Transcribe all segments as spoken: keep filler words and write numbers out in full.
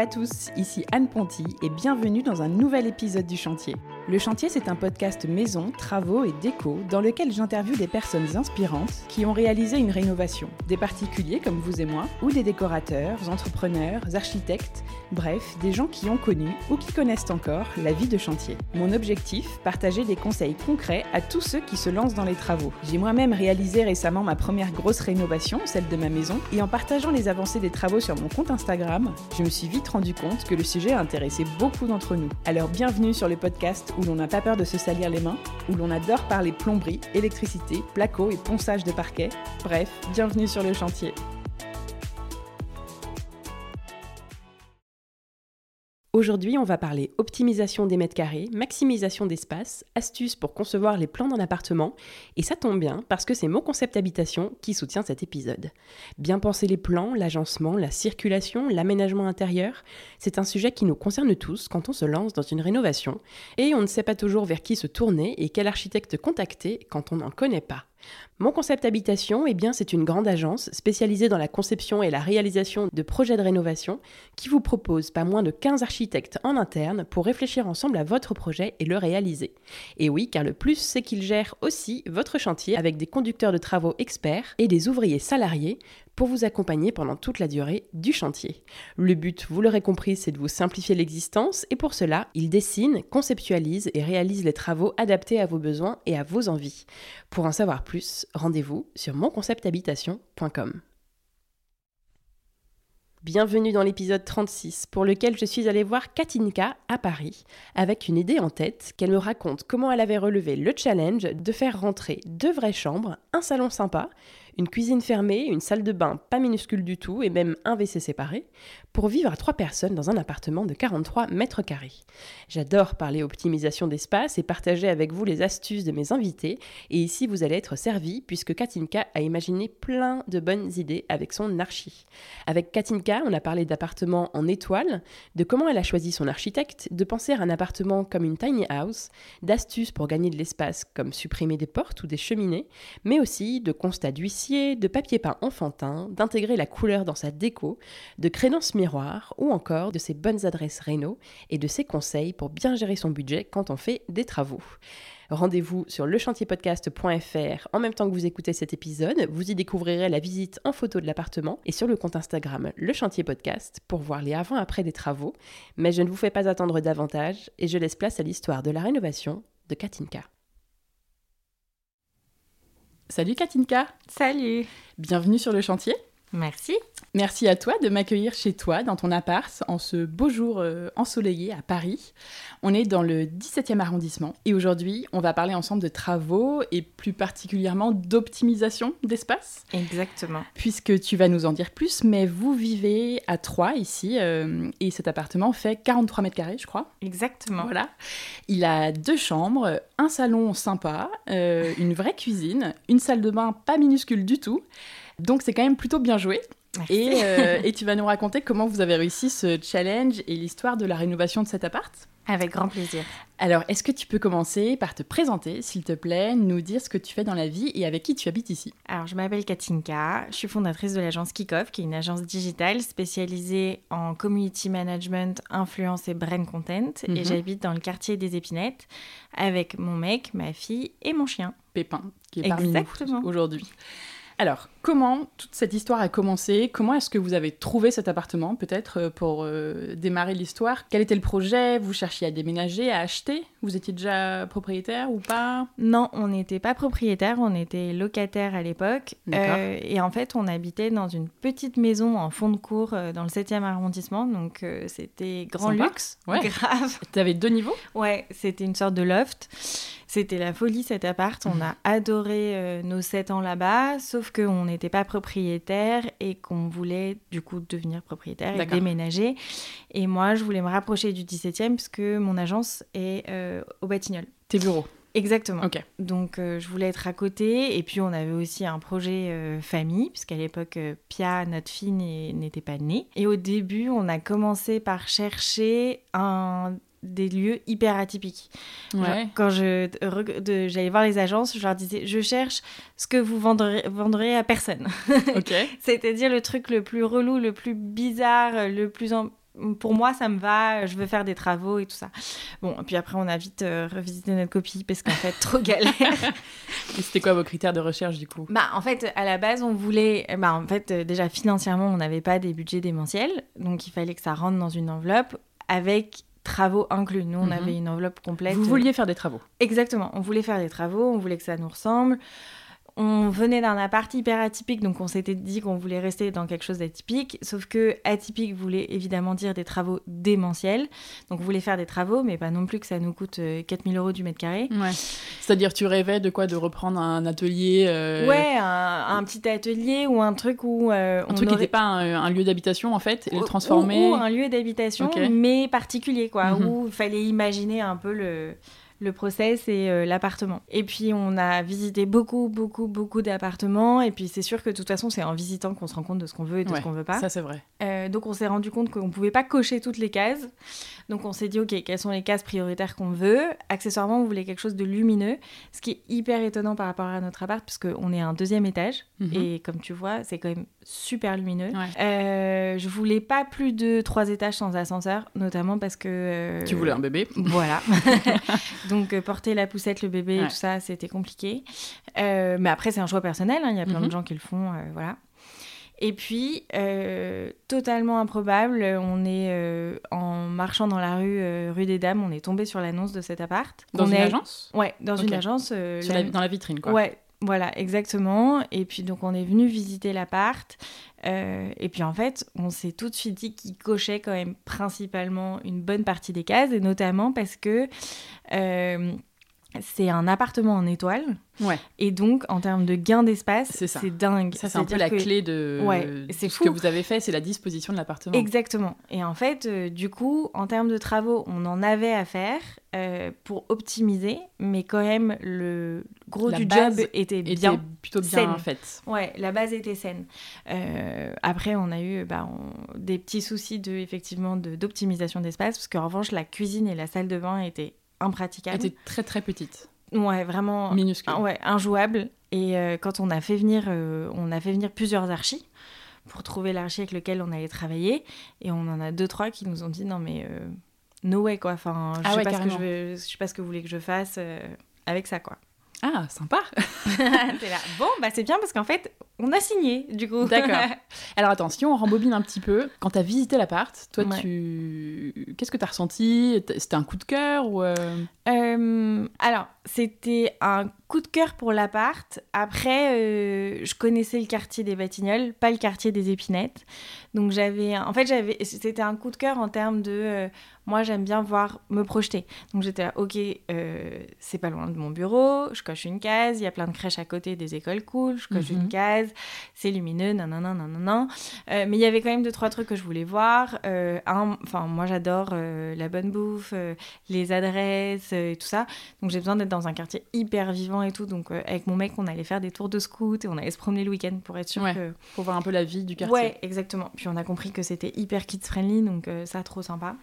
à tous, ici Anne Ponty et bienvenue dans un nouvel épisode du Chantier. Le Chantier, c'est un podcast maison, travaux et déco dans lequel j'interviewe des personnes inspirantes qui ont réalisé une rénovation. Des particuliers comme vous et moi, ou des décorateurs, entrepreneurs, architectes, bref, des gens qui ont connu ou qui connaissent encore la vie de chantier. Mon objectif, partager des conseils concrets à tous ceux qui se lancent dans les travaux. J'ai moi-même réalisé récemment ma première grosse rénovation, celle de ma maison, et en partageant les avancées des travaux sur mon compte Instagram, je me suis vite rendu compte que le sujet a intéressé beaucoup d'entre nous. Alors bienvenue sur le podcast où l'on n'a pas peur de se salir les mains, où l'on adore parler plomberie, électricité, placo et ponçage de parquet. Bref, bienvenue sur le chantier. Aujourd'hui, on va parler optimisation des mètres carrés, maximisation d'espace, astuces pour concevoir les plans d'un appartement, et ça tombe bien parce que c'est Mon Concept Habitation qui soutient cet épisode. Bien penser les plans, l'agencement, la circulation, l'aménagement intérieur, c'est un sujet qui nous concerne tous quand on se lance dans une rénovation, et on ne sait pas toujours vers qui se tourner et quel architecte contacter quand on n'en connaît pas. Mon Concept Habitation, eh bien, c'est une grande agence spécialisée dans la conception et la réalisation de projets de rénovation qui vous propose pas moins de quinze architectes en interne pour réfléchir ensemble à votre projet et le réaliser. Et oui, car le plus, c'est qu'ils gèrent aussi votre chantier avec des conducteurs de travaux experts et des ouvriers salariés pour vous accompagner pendant toute la durée du chantier. Le but, vous l'aurez compris, c'est de vous simplifier l'existence et pour cela, ils dessinent, conceptualisent et réalisent les travaux adaptés à vos besoins et à vos envies. Pour en savoir plus, rendez-vous sur mon concept habitation point com. Bienvenue dans l'épisode trente-six, pour lequel je suis allée voir Katinka à Paris, avec une idée en tête qu'elle me raconte comment elle avait relevé le challenge de faire rentrer deux vraies chambres, un salon sympa, une cuisine fermée, une salle de bain pas minuscule du tout et même un W C séparé, pour vivre à trois personnes dans un appartement de quarante-trois mètres carrés. J'adore parler optimisation d'espace et partager avec vous les astuces de mes invités, et ici vous allez être servis puisque Katinka a imaginé plein de bonnes idées avec son archi. Avec Katinka, on a parlé d'appartements en étoile, de comment elle a choisi son architecte, de penser à un appartement comme une tiny house, d'astuces pour gagner de l'espace comme supprimer des portes ou des cheminées, mais aussi de constats d'huissier, de papier peint enfantin, d'intégrer la couleur dans sa déco, de crédences miroirs ou encore de ses bonnes adresses réno et de ses conseils pour bien gérer son budget quand on fait des travaux. Rendez-vous sur le chantier podcast point f r en même temps que vous écoutez cet épisode. Vous y découvrirez la visite en photo de l'appartement et sur le compte Instagram Le Chantier Podcast pour voir les avant-après des travaux. Mais je ne vous fais pas attendre davantage et je laisse place à l'histoire de la rénovation de Katinka. Salut Katinka. Salut. Bienvenue sur le chantier. Merci. Merci à toi de m'accueillir chez toi, dans ton appart, en ce beau jour euh, ensoleillé à Paris. On est dans le dix-septième arrondissement et aujourd'hui, on va parler ensemble de travaux et plus particulièrement d'optimisation d'espace. Exactement. Puisque tu vas nous en dire plus, mais vous vivez à Troyes ici euh, et cet appartement fait quarante-trois mètres carrés, je crois. Exactement. Voilà. Il a deux chambres, un salon sympa, euh, une vraie cuisine, une salle de bain pas minuscule du tout. Donc c'est quand même plutôt bien joué. Et, euh, et tu vas nous raconter comment vous avez réussi ce challenge et l'histoire de la rénovation de cet appart. Avec grand plaisir. Alors, est-ce que tu peux commencer par te présenter, s'il te plaît, nous dire ce que tu fais dans la vie et avec qui tu habites ici? Alors, je m'appelle Katinka, je suis fondatrice de l'agence Kickoff, qui est une agence digitale spécialisée en community management, influence et brand content. Mm-hmm. Et j'habite dans le quartier des Épinettes avec mon mec, ma fille et mon chien. Pépin, qui est parmi Exactement. nous aujourd'hui. Alors, comment toute cette histoire a commencé? Comment est-ce que vous avez trouvé cet appartement, peut-être, pour euh, démarrer l'histoire? Quel était le projet? Vous cherchiez à déménager, à acheter? Vous étiez déjà propriétaire ou pas? Non, on n'était pas propriétaire, on était locataire à l'époque. Euh, et en fait, on habitait dans une petite maison en fond de cour euh, dans le septième arrondissement. Donc, euh, c'était grand Sympa. Luxe. Ouais. Grave. T'avais deux niveaux? Ouais, c'était une sorte de loft. C'était la folie, cet appart. On a adoré euh, nos sept ans là-bas, sauf qu'on n'était pas propriétaire et qu'on voulait du coup devenir propriétaire D'accord. et déménager. Et moi, je voulais me rapprocher du dix-septième parce que mon agence est euh, au Batignolles. Tes bureaux? Exactement. Ok. Donc, euh, je voulais être à côté. Et puis, on avait aussi un projet euh, famille, puisqu'à l'époque, euh, Pia, notre fille, n'est- n'était pas née. Et au début, on a commencé par chercher un... des lieux hyper atypiques. Ouais. Genre, quand je, de, j'allais voir les agences, je leur disais, je cherche ce que vous vendrez, vendrez à personne. Ok. C'est-à-dire le truc le plus relou, le plus bizarre, le plus... En... pour moi, ça me va, je veux faire des travaux et tout ça. Bon, et puis après, on a vite euh, revisité notre copie parce qu'en fait, trop galère. Et c'était quoi vos critères de recherche, du coup ? Bah, en fait, à la base, on voulait... Bah, en fait, euh, déjà, financièrement, on n'avait pas des budgets démentiels. Donc, il fallait que ça rentre dans une enveloppe avec travaux inclus. Nous, on mm-hmm. avait une enveloppe complète. Vous vouliez faire des travaux ? Exactement. On voulait faire des travaux, on voulait que ça nous ressemble. On venait d'un appart hyper atypique, donc on s'était dit qu'on voulait rester dans quelque chose d'atypique, sauf que atypique voulait évidemment dire des travaux démentiels. Donc on voulait faire des travaux, mais pas non plus que ça nous coûte quatre mille euros du mètre carré. Ouais. C'est-à-dire, tu rêvais de quoi ? De reprendre un atelier euh... Ouais, un, un petit atelier ou un truc où... Euh, un on truc qui aurait... n'était pas un, un lieu d'habitation, en fait, et le transformer... Ou, ou un lieu d'habitation, okay. mais particulier, quoi, mm-hmm. où il fallait imaginer un peu le... le process et euh, l'appartement. Et puis, on a visité beaucoup, beaucoup, beaucoup d'appartements. Et puis, c'est sûr que de toute façon, c'est en visitant qu'on se rend compte de ce qu'on veut et de ouais, ce qu'on veut pas. Ça, c'est vrai. Euh, donc, on s'est rendu compte qu'on pouvait pas cocher toutes les cases. Donc, on s'est dit, OK, quelles sont les cases prioritaires qu'on veut ? Accessoirement, on voulait quelque chose de lumineux, ce qui est hyper étonnant par rapport à notre appart, parce qu'on est à un deuxième étage. Mm-hmm. Et comme tu vois, c'est quand même super lumineux. Ouais. Euh, je voulais pas plus de trois étages sans ascenseur, notamment parce que... Euh... Tu voulais un bébé ? Voilà. Donc, euh, porter la poussette, le bébé, ouais. tout ça, c'était compliqué. Euh, mais après, c'est un choix personnel. Il hein, y a plein mm-hmm. de gens qui le font. Euh, voilà. Et puis, euh, totalement improbable, on est euh, en marchant dans la rue, euh, rue des Dames, on est tombé sur l'annonce de cet appart. Dans on une est... agence ? Ouais, dans okay. une agence. Euh, la... La... Dans la vitrine, quoi. Ouais. Voilà, exactement. Et puis, donc, on est venu visiter l'appart. Euh, et puis, en fait, on s'est tout de suite dit qu'il cochait quand même principalement une bonne partie des cases, et notamment parce que euh, c'est un appartement en étoile. Ouais. Et donc, en termes de gain d'espace, c'est, c'est dingue. Ça, c'est un peu la que... clé de, ouais, c'est ce fou. que vous avez fait, c'est la disposition de l'appartement. Exactement. Et en fait, euh, du coup, en termes de travaux, on en avait à faire euh, pour optimiser, mais quand même, le gros la du base job était bien était plutôt bien saine. faite. Ouais, la base était saine. Euh, après, on a eu bah, on... des petits soucis de, effectivement, de, d'optimisation d'espace, parce qu'en revanche, la cuisine et la salle de bain étaient impraticables. Elle était très, très petite. Ouais, vraiment minuscule. Ouais, injouable. Et euh, quand on a fait venir, euh, on a fait venir plusieurs archis pour trouver l'archi avec lequel on allait travailler, et on en a deux trois qui nous ont dit non mais euh, no way quoi. Enfin, je ah sais ouais, pas carrément. ce que je, veux, je sais pas ce que vous voulez que je fasse euh, avec ça quoi. Ah, sympa. T'es là. Bon, bah c'est bien parce qu'en fait, on a signé, du coup. D'accord. Alors attends, si on rembobine un petit peu, quand t'as visité l'appart, toi, ouais. tu... qu'est-ce que t'as ressenti ? C'était un coup de cœur ou euh... Euh, alors, c'était un coup de cœur pour l'appart. Après, euh, je connaissais le quartier des Batignolles, pas le quartier des Épinettes. Donc, j'avais... En fait, j'avais... c'était un coup de cœur en termes de... Euh, moi, j'aime bien voir me projeter. Donc, j'étais là, OK, euh, c'est pas loin de mon bureau, je coche une case, il y a plein de crèches à côté, des écoles cool, je coche mm-hmm. une case, c'est lumineux, nanana, nanana. Euh, mais il y avait quand même deux, trois trucs que je voulais voir. Euh, un, enfin, moi, j'adore euh, la bonne bouffe, euh, les adresses et tout ça. Donc, j'ai besoin d'être dans un quartier hyper vivant et tout. Donc, euh, avec mon mec, on allait faire des tours de scout et on allait se promener le week-end pour être sûr ouais, que... pour voir un peu la vie du quartier. Ouais, exactement. Puis, on a compris que c'était hyper kids-friendly, donc euh, ça, trop sympa.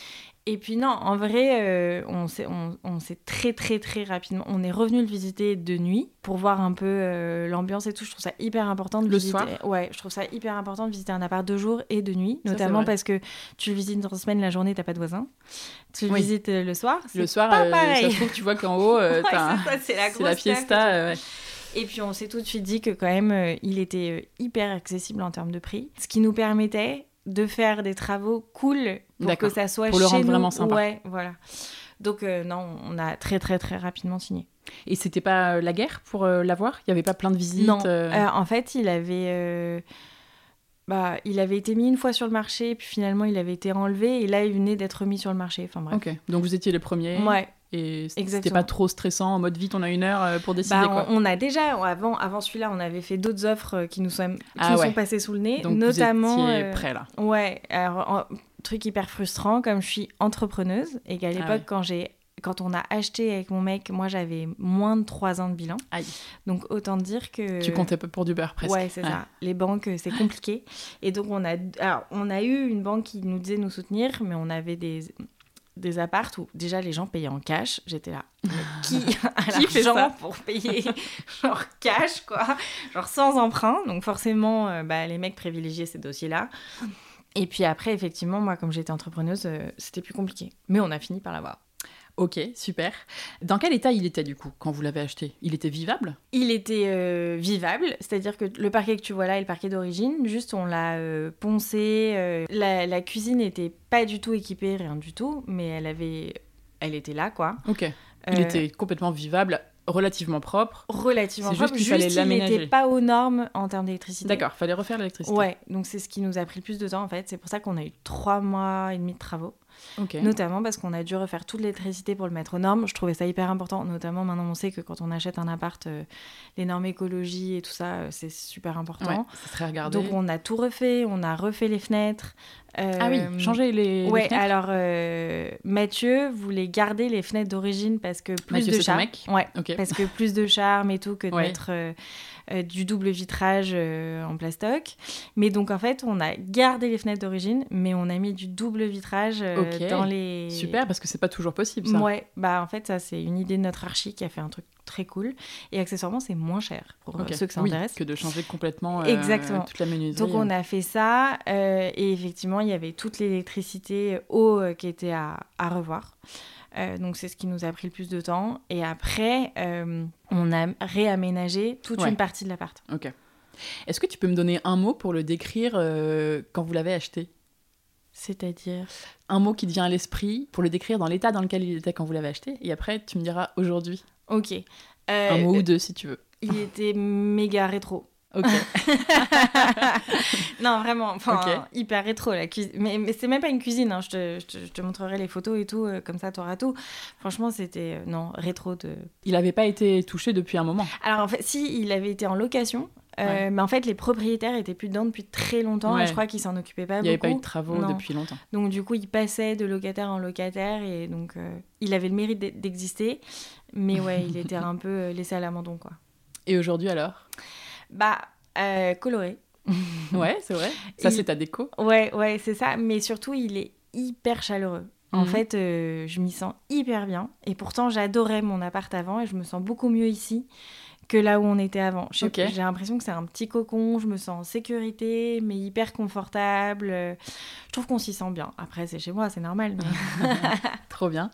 Et puis non, en vrai, euh, on, s'est, on, on s'est très très très rapidement... On est revenu le visiter de nuit pour voir un peu euh, l'ambiance et tout. Je trouve ça hyper important de le visiter... soir. Ouais, je trouve ça hyper important de visiter un appart de jour et de nuit. Ça, notamment parce que tu le visites en semaine, la journée, t'as pas de voisins. Tu le oui. visites euh, le soir, c'est le soir, pas euh, pareil. Ça se trouve, tu vois qu'en haut, euh, ouais, t'as c'est, ça, c'est la, c'est la fiesta. Euh, ouais. Et puis on s'est tout de suite dit que quand même, euh, il était euh, hyper accessible en termes de prix. Ce qui nous permettait... de faire des travaux cool pour D'accord. que ça soit pour chez le rendre nous. Vraiment sympa. Ouais, voilà. Donc euh, non, on a très très très rapidement signé. Et c'était pas euh, la guerre pour euh, l'avoir ? Il y avait pas plein de visites ? Non. Euh... Euh, en fait, il avait, euh... bah, il avait été mis une fois sur le marché, puis finalement il avait été enlevé, et là il venait d'être mis sur le marché. Enfin bref. Ok. Donc vous étiez les premiers. Ouais. Et Exactement. C'était pas trop stressant, en mode vite, on a une heure pour décider bah, quoi. On, on a déjà, avant, avant celui-là, on avait fait d'autres offres qui nous sont, qui ah, nous ouais. sont passées sous le nez. Donc notamment, vous étiez euh, prêts là. Ouais, alors, en, truc hyper frustrant, comme je suis entrepreneuse, et qu'à l'époque, ah, ouais. quand, j'ai, quand on a acheté avec mon mec, moi j'avais moins de trois ans de bilan. Aïe. Donc autant dire que... Tu comptais pas pour du beurre presque. Ouais, c'est ouais. ça. Les banques, c'est compliqué. Et donc on a, alors, on a eu une banque qui nous disait nous soutenir, mais on avait des... des apparts où déjà les gens payaient en cash. J'étais là, mais qui a qui fait l'argent ça pour payer genre cash quoi, genre sans emprunt. Donc forcément, euh, bah, les mecs privilégiaient ces dossiers-là. Et puis après, effectivement, moi, comme j'étais entrepreneuse, euh, c'était plus compliqué. Mais on a fini par l'avoir. Ok, super. Dans quel état il était du coup quand vous l'avez acheté ? Il était vivable ? Il était euh, vivable, c'est-à-dire que le parquet que tu vois là est le parquet d'origine. Juste, on l'a euh, poncé. Euh, la, la cuisine n'était pas du tout équipée, rien du tout, mais elle avait, elle était là, quoi. Ok. Il Euh, était complètement vivable, relativement propre. Relativement C'est propre. juste qu'il fallait il l'aménager. n'était pas aux normes en termes d'électricité. D'accord, fallait refaire l'électricité. Ouais, donc c'est ce qui nous a pris le plus de temps en fait. C'est pour ça qu'on a eu trois mois et demi de travaux. Ok. Notamment parce qu'on a dû refaire toute l'électricité pour le mettre aux normes. Je trouvais ça hyper important. Notamment maintenant, on sait que quand on achète un appart, euh, les normes écologie et tout ça, euh, c'est super important. Ouais, ça serait regardé. Donc on a tout refait. On a refait les fenêtres. Euh, Ah oui, changer les, ouais, les fenêtres. alors euh, Mathieu voulait garder les fenêtres d'origine parce que plus Mathieu, de c'est ton charme. mec ? Ouais, Ok. parce que plus de charme et tout que de Ouais. mettre euh, euh, du double vitrage euh, en plastoc. Mais donc en fait, on a gardé les fenêtres d'origine, mais on a mis du double vitrage euh, Ok. dans les. Super, parce que c'est pas toujours possible ça. Ouais, bah en fait, ça c'est une idée de notre archi qui a fait un truc très cool. Et accessoirement, c'est moins cher pour Ok. euh, ceux que ça Oui, intéresse. que de changer complètement euh, Exactement. toute la menuiserie. Donc on a fait ça euh, et effectivement il y avait toute l'électricité eau euh, qui était à, à revoir. Euh, donc c'est ce qui nous a pris le plus de temps. Et après euh, on a réaménagé toute Ouais. une partie de l'appart. Ok. Est-ce que tu peux me donner un mot pour le décrire euh, quand vous l'avez acheté ? C'est-à-dire Un mot qui te vient à l'esprit pour le décrire dans l'état dans lequel il était quand vous l'avez acheté. Et après, tu me diras aujourd'hui. Ok. Euh, Un mot ou deux si tu veux. Il était méga rétro. Ok. Non, vraiment, enfin, Ok. hyper rétro la cuisine. Mais, mais c'est même pas une cuisine, hein. je, te, je, te, je te montrerai les photos et tout, euh, comme ça t'auras tout. Franchement, c'était, euh, non, rétro de... Il n'avait pas été touché depuis un moment. Alors en fait, si, il avait été en location, euh, Ouais. mais en fait, les propriétaires étaient plus dedans depuis très longtemps, Ouais. et je crois qu'ils s'en occupaient pas Il n'y avait beaucoup. pas eu de travaux Non. depuis longtemps. Donc du coup, il passait de locataire en locataire, et donc euh, il avait le mérite d'e- d'exister, mais ouais, il était un peu euh, laissé à l'abandon, quoi. Et aujourd'hui alors ? Bah, euh, coloré. Ouais, c'est vrai. Ça, Il- c'est ta déco. Ouais, ouais, c'est ça. Mais surtout, il est hyper chaleureux. En Mhm. fait, euh, je m'y sens hyper bien. Et pourtant, j'adorais mon appart avant et je me sens beaucoup mieux ici que là où on était avant. Je sais Ok. pas, j'ai l'impression que c'est un petit cocon. Je me sens en sécurité, mais hyper confortable. Euh, Je trouve qu'on s'y sent bien. Après, c'est chez moi, c'est normal. mais- Trop bien.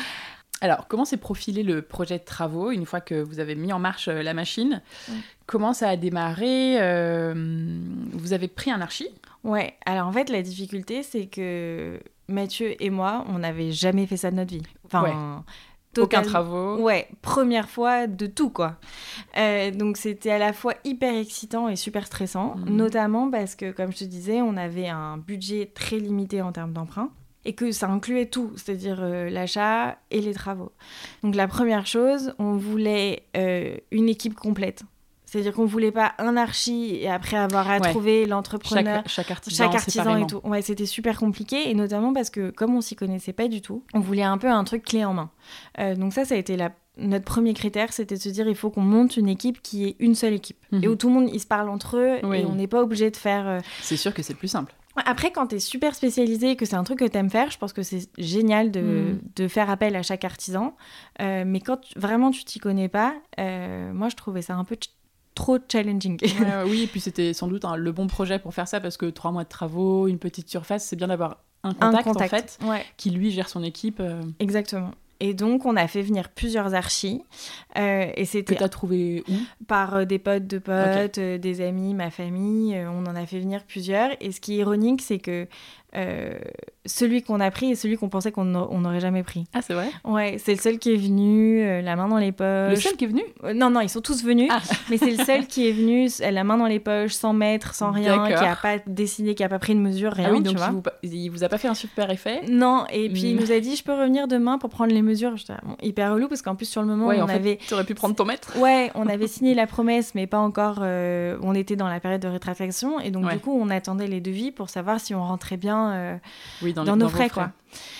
Alors, comment s'est profilé le projet de travaux une fois que vous avez mis en marche euh, la machine ? Ouais. Comment ça a démarré ? euh, Vous avez pris un archi ? Ouais, alors en fait, la difficulté, c'est que Mathieu et moi, on n'avait jamais fait ça de notre vie. Enfin, Ouais. total- Aucun travaux. Ouais, première fois de tout, quoi. Euh, donc, c'était à la fois hyper excitant et super stressant, Mhm. notamment parce que, comme je te disais, on avait un budget très limité en termes d'emprunt et que ça incluait tout, c'est-à-dire euh, l'achat et les travaux. Donc, la première chose, on voulait euh, une équipe complète. C'est-à-dire qu'on voulait pas un archi et après avoir à Ouais. trouver l'entrepreneur. Chaque, chaque artisan, Chaque artisan séparément. et tout. Ouais, c'était super compliqué et notamment parce que comme on s'y connaissait pas du tout, on voulait un peu un truc clé en main. Euh, donc ça, ça a été la... notre premier critère, c'était de se dire il faut qu'on monte une équipe qui est une seule équipe Mhm. et où tout le monde il se parle entre eux Oui. et on n'est pas obligé de faire. euh, C'est sûr que c'est le plus simple. Après, quand t'es super spécialisé et que c'est un truc que t'aimes faire, je pense que c'est génial de, Mhm. de faire appel à chaque artisan. Euh, mais quand tu- vraiment tu t'y connais pas, euh, moi je trouvais ça un peu ch- trop challenging. Ouais, ouais, oui, et puis c'était sans doute hein, le bon projet pour faire ça parce que trois mois de travaux, une petite surface, c'est bien d'avoir un contact, un contact. en fait Ouais. qui lui gère son équipe euh, Exactement. Et donc, on a fait venir plusieurs archis. Euh, et que c'était tu as trouvé où ? par euh, des potes de potes, euh, des amis, ma famille. euh, on en a fait venir plusieurs. Et ce qui est ironique, c'est que euh, celui qu'on a pris est celui qu'on pensait qu'on n'a- on n'aurait jamais pris. Ah, c'est vrai ? Ouais, c'est le seul qui est venu, euh, la main dans les poches. Le seul qui est venu ? Euh, Non, non, ils sont tous venus, Ah. mais c'est le seul qui est venu, euh, la main dans les poches, sans mètre, sans rien, D'accord. qui a pas décidé, qui a pas pris de mesure, rien, Ah oui, tu donc vois. il vous, il vous a pas fait un super effet ? Non, et puis il Mm. nous a dit, je peux revenir demain pour prendre les mesures. J'étais, bon, hyper relou, parce qu'en plus, sur le moment, Ouais, on en fait, avait... tu aurais pu prendre ton mètre. Ouais, on avait signé la promesse, mais pas encore... euh, on était dans la période de rétractation, et donc Ouais. du coup, on attendait les devis pour savoir si on rentrait bien euh, Oui, dans, dans, les- nos vos frais, quoi.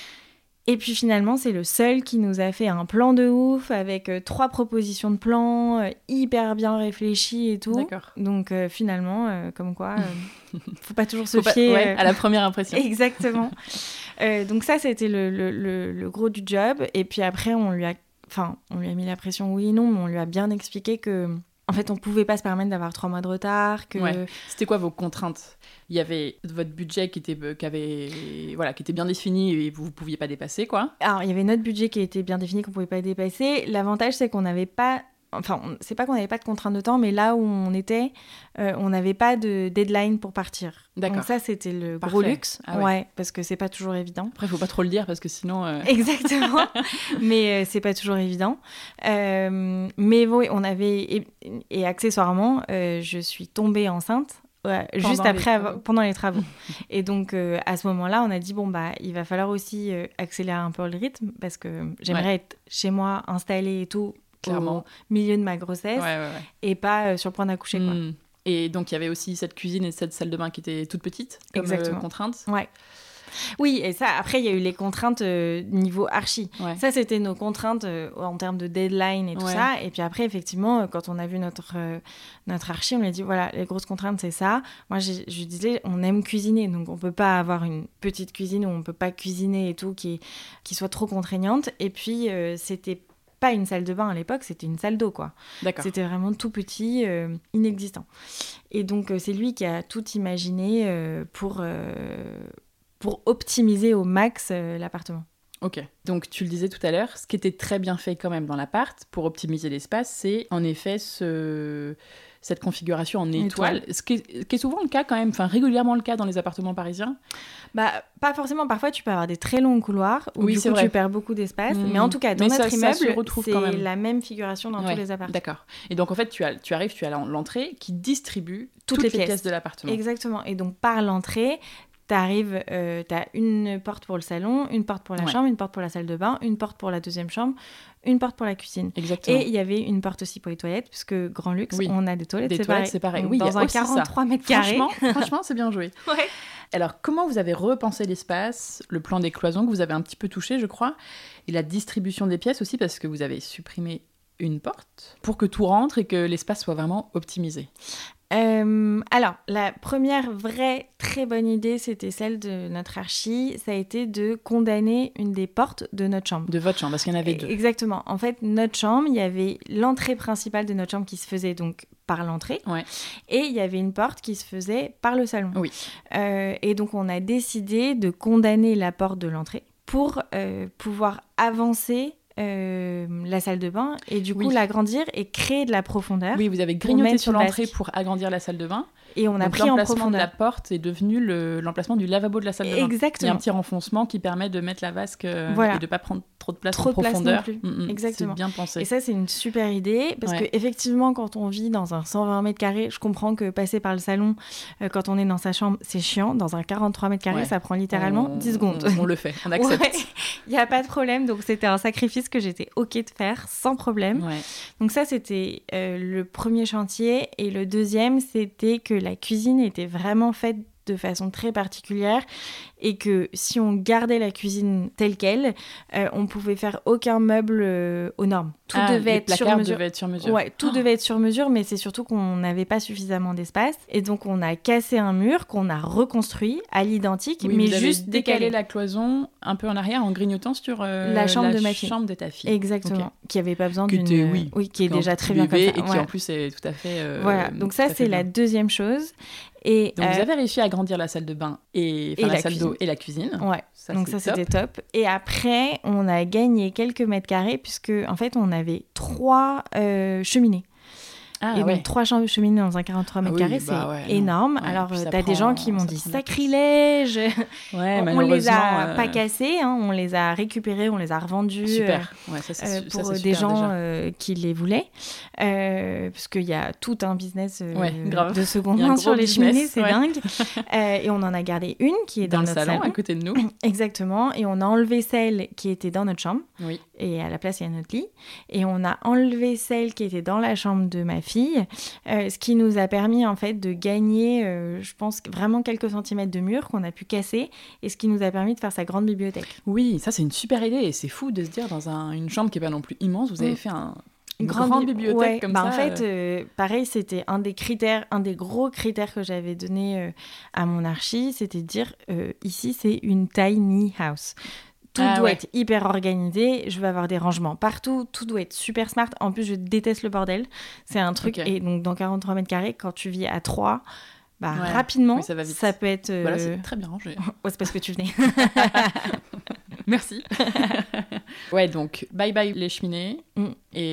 Et puis finalement, c'est le seul qui nous a fait un plan de ouf, avec euh, trois propositions de plan, euh, hyper bien réfléchies et tout. D'accord. Donc euh, finalement, euh, comme quoi, euh, faut pas toujours se Faut pas- fier... ouais, euh, à la première impression. Exactement. Euh, donc ça, c'était le, le, le, le gros du job. Et puis après, on lui a, enfin, on lui a mis la pression, oui et non, mais on lui a bien expliqué que, en fait, on pouvait pas se permettre d'avoir trois mois de retard. Que... Ouais. C'était quoi vos contraintes ? Il y avait votre budget qui était, qui avait, voilà, qui était bien défini et vous ne pouviez pas dépasser, quoi. Alors, il y avait notre budget qui était bien défini, qu'on ne pouvait pas dépasser. L'avantage, c'est qu'on n'avait pas... Enfin, on... c'est pas qu'on n'avait pas de contraintes de temps, mais là où on était, euh, on n'avait pas de deadline pour partir. D'accord. Donc ça, c'était le Parfait. gros luxe. Ah ouais. ouais, parce que c'est pas toujours évident. Après, il ne faut pas trop le dire parce que sinon... Euh... Exactement. mais euh, c'est pas toujours évident. Euh, mais oui, on avait... Et, et accessoirement, euh, je suis tombée enceinte. Ouais, juste après, les av- pendant les travaux. Et donc, euh, à ce moment-là, on a dit, bon, bah, il va falloir aussi euh, accélérer un peu le rythme parce que j'aimerais ouais. être chez moi, installée et tout, clairement, au milieu de ma grossesse ouais, ouais, ouais. et pas euh, sur le point d'accoucher, quoi. Mmh. Et donc, il y avait aussi cette cuisine et cette salle de bain qui étaient toutes petites, comme euh, contraintes. Ouais. Oui, et ça, après, il y a eu les contraintes euh, niveau archi. Ouais. Ça, c'était nos contraintes euh, en termes de deadline et tout ouais. ça. Et puis après, effectivement, quand on a vu notre, euh, notre archi, on lui a dit, voilà, les grosses contraintes, c'est ça. Moi, j'ai, je lui disais, on aime cuisiner, donc on ne peut pas avoir une petite cuisine où on ne peut pas cuisiner et tout, qui, qui soit trop contraignante. Et puis, euh, c'était pas une salle de bain à l'époque, c'était une salle d'eau, quoi. D'accord. C'était vraiment tout petit, euh, inexistant. Et donc, euh, c'est lui qui a tout imaginé euh, pour... Euh, pour optimiser au max euh, l'appartement. Ok, donc tu le disais tout à l'heure, ce qui était très bien fait quand même dans l'appart pour optimiser l'espace, c'est en effet ce... cette configuration en étoile, étoile. Ce qui est, qui est souvent le cas quand même, enfin régulièrement le cas dans les appartements parisiens. Bah, pas forcément, parfois tu peux avoir des très longs couloirs où oui, du c'est coup vrai. tu perds beaucoup d'espace, mmh. mais en tout cas dans mais notre ça, immeuble, ça se retrouve c'est quand même. la même figuration dans ouais, tous les appartements. D'accord, et donc en fait tu, as, tu arrives, tu as l'entrée qui distribue toutes, toutes les, les pièces. pièces de l'appartement. Exactement, et donc par l'entrée, t'arrives, euh, t'as une porte pour le salon, une porte pour la ouais. chambre, une porte pour la salle de bain, une porte pour la deuxième chambre, une porte pour la cuisine. Exactement. Et il y avait une porte aussi pour les toilettes, puisque grand luxe, oui. on a des toilettes, des c'est toilettes, pareil. c'est pareil. Donc, oui, dans un quarante-trois mètres carrés. Franchement, franchement, c'est bien joué. Ouais. Alors, comment vous avez repensé l'espace, le plan des cloisons que vous avez un petit peu touché, je crois, et la distribution des pièces aussi, parce que vous avez supprimé une porte pour que tout rentre et que l'espace soit vraiment optimisé. Euh, alors, la première vraie très bonne idée, c'était celle de notre archi. Ça a été de condamner une des portes de notre chambre. De votre chambre, parce qu'il y en avait deux. Exactement. En fait, notre chambre, il y avait l'entrée principale de notre chambre qui se faisait donc par l'entrée. Ouais. Et il y avait une porte qui se faisait par le salon. Oui. Euh, et donc, on a décidé de condamner la porte de l'entrée pour euh, pouvoir avancer Euh, la salle de bain et du coup oui. l'agrandir et créer de la profondeur. Oui, vous avez grignoté sur l'entrée pour agrandir la salle de bain. Et on a donc, pris en profondeur. L'emplacement de la porte est devenu le, l'emplacement du lavabo de la salle de bain. Exactement. Il y a un petit renfoncement qui permet de mettre la vasque euh, voilà. et de ne pas prendre trop de place trop en profondeur. Trop de place non plus. Mmh, Exactement. C'est bien pensé. Et ça, c'est une super idée parce ouais. qu'effectivement, quand on vit dans un cent vingt mètres carrés, je comprends que passer par le salon, euh, quand on est dans sa chambre, c'est chiant. Dans un quarante-trois mètres carrés, ouais. ça prend littéralement on, dix secondes. On, on le fait, on accepte. Il n'y ouais. a pas de problème. Donc, c'était un sacrifice que j'étais OK de faire sans problème. Ouais. Donc ça, c'était euh, le premier chantier. Et le deuxième, c'était que la cuisine était vraiment faite de façon très particulière et que si on gardait la cuisine telle qu'elle, euh, on pouvait faire aucun meuble euh, aux normes. Tout ah, devait, être sur mesure. devait être sur mesure. Ouais, tout oh. devait être sur mesure, mais c'est surtout qu'on n'avait pas suffisamment d'espace. Et donc, on a cassé un mur qu'on a reconstruit à l'identique, oui, mais vous juste avez décalé décalé la cloison un peu en arrière en grignotant sur euh, la chambre la de ma fille. chambre de ta fille. Exactement. Okay. Qui n'avait pas besoin que d'une... T'es, oui. oui, qui est Quand déjà très bien comme ça. Et qui, ouais. en plus, est tout à fait... Euh, voilà. Donc ça, c'est la deuxième chose. Et donc, euh, vous avez réussi à agrandir la salle de bain et, et la, la salle cuisine. d'eau et la cuisine. Ouais. Ça, donc c'est ça, top. c'était top. Et après, on a gagné quelques mètres carrés puisque, en fait, on avait trois euh, cheminées. Ah, et ouais. donc, trois chambres cheminées dans un quarante-trois mètres carrés, ah oui, bah c'est ouais, énorme. ouais, alors, t'as prend, des gens qui m'ont dit sacrilège. Ouais, on, on les a euh... pas cassés, hein, on les a récupérés, on les a revendus. Super. Ouais, ça, c'est, euh, pour ça, c'est des super, gens euh, qui les voulaient. Euh, parce qu'il y a tout un business euh, ouais, de seconde main sur les business, cheminées, c'est ouais. dingue. euh, et on en a gardé une qui est dans, dans notre le salon, salon, à côté de nous. Exactement. Et on a enlevé celle qui était dans notre chambre. Oui. Et à la place, il y a notre lit. Et on a enlevé celle qui était dans la chambre de ma fille. Euh, ce qui nous a permis en fait de gagner, euh, je pense, vraiment quelques centimètres de mur qu'on a pu casser et ce qui nous a permis de faire sa grande bibliothèque. Oui, ça c'est une super idée et c'est fou de se dire dans un, une chambre qui n'est pas non plus immense, vous avez mmh. fait un, une, une grande, grande bibliothèque ouais, comme bah ça. En fait, euh, pareil, c'était un des critères, un des gros critères que j'avais donné euh, à mon archi, c'était de dire euh, ici c'est une tiny house. Tout ah, doit ouais. être hyper organisé. Je veux avoir des rangements partout. Tout doit être super smart. En plus, je déteste le bordel. C'est un truc. Okay. Et donc, dans quarante-trois mètres carrés, quand tu vis à trois, bah, ouais. rapidement, oui, ça, va vite. ça peut être. Euh... Voilà, c'est très bien rangé. ouais, c'est parce que tu venais. Merci. ouais, donc bye bye les cheminées. Mm.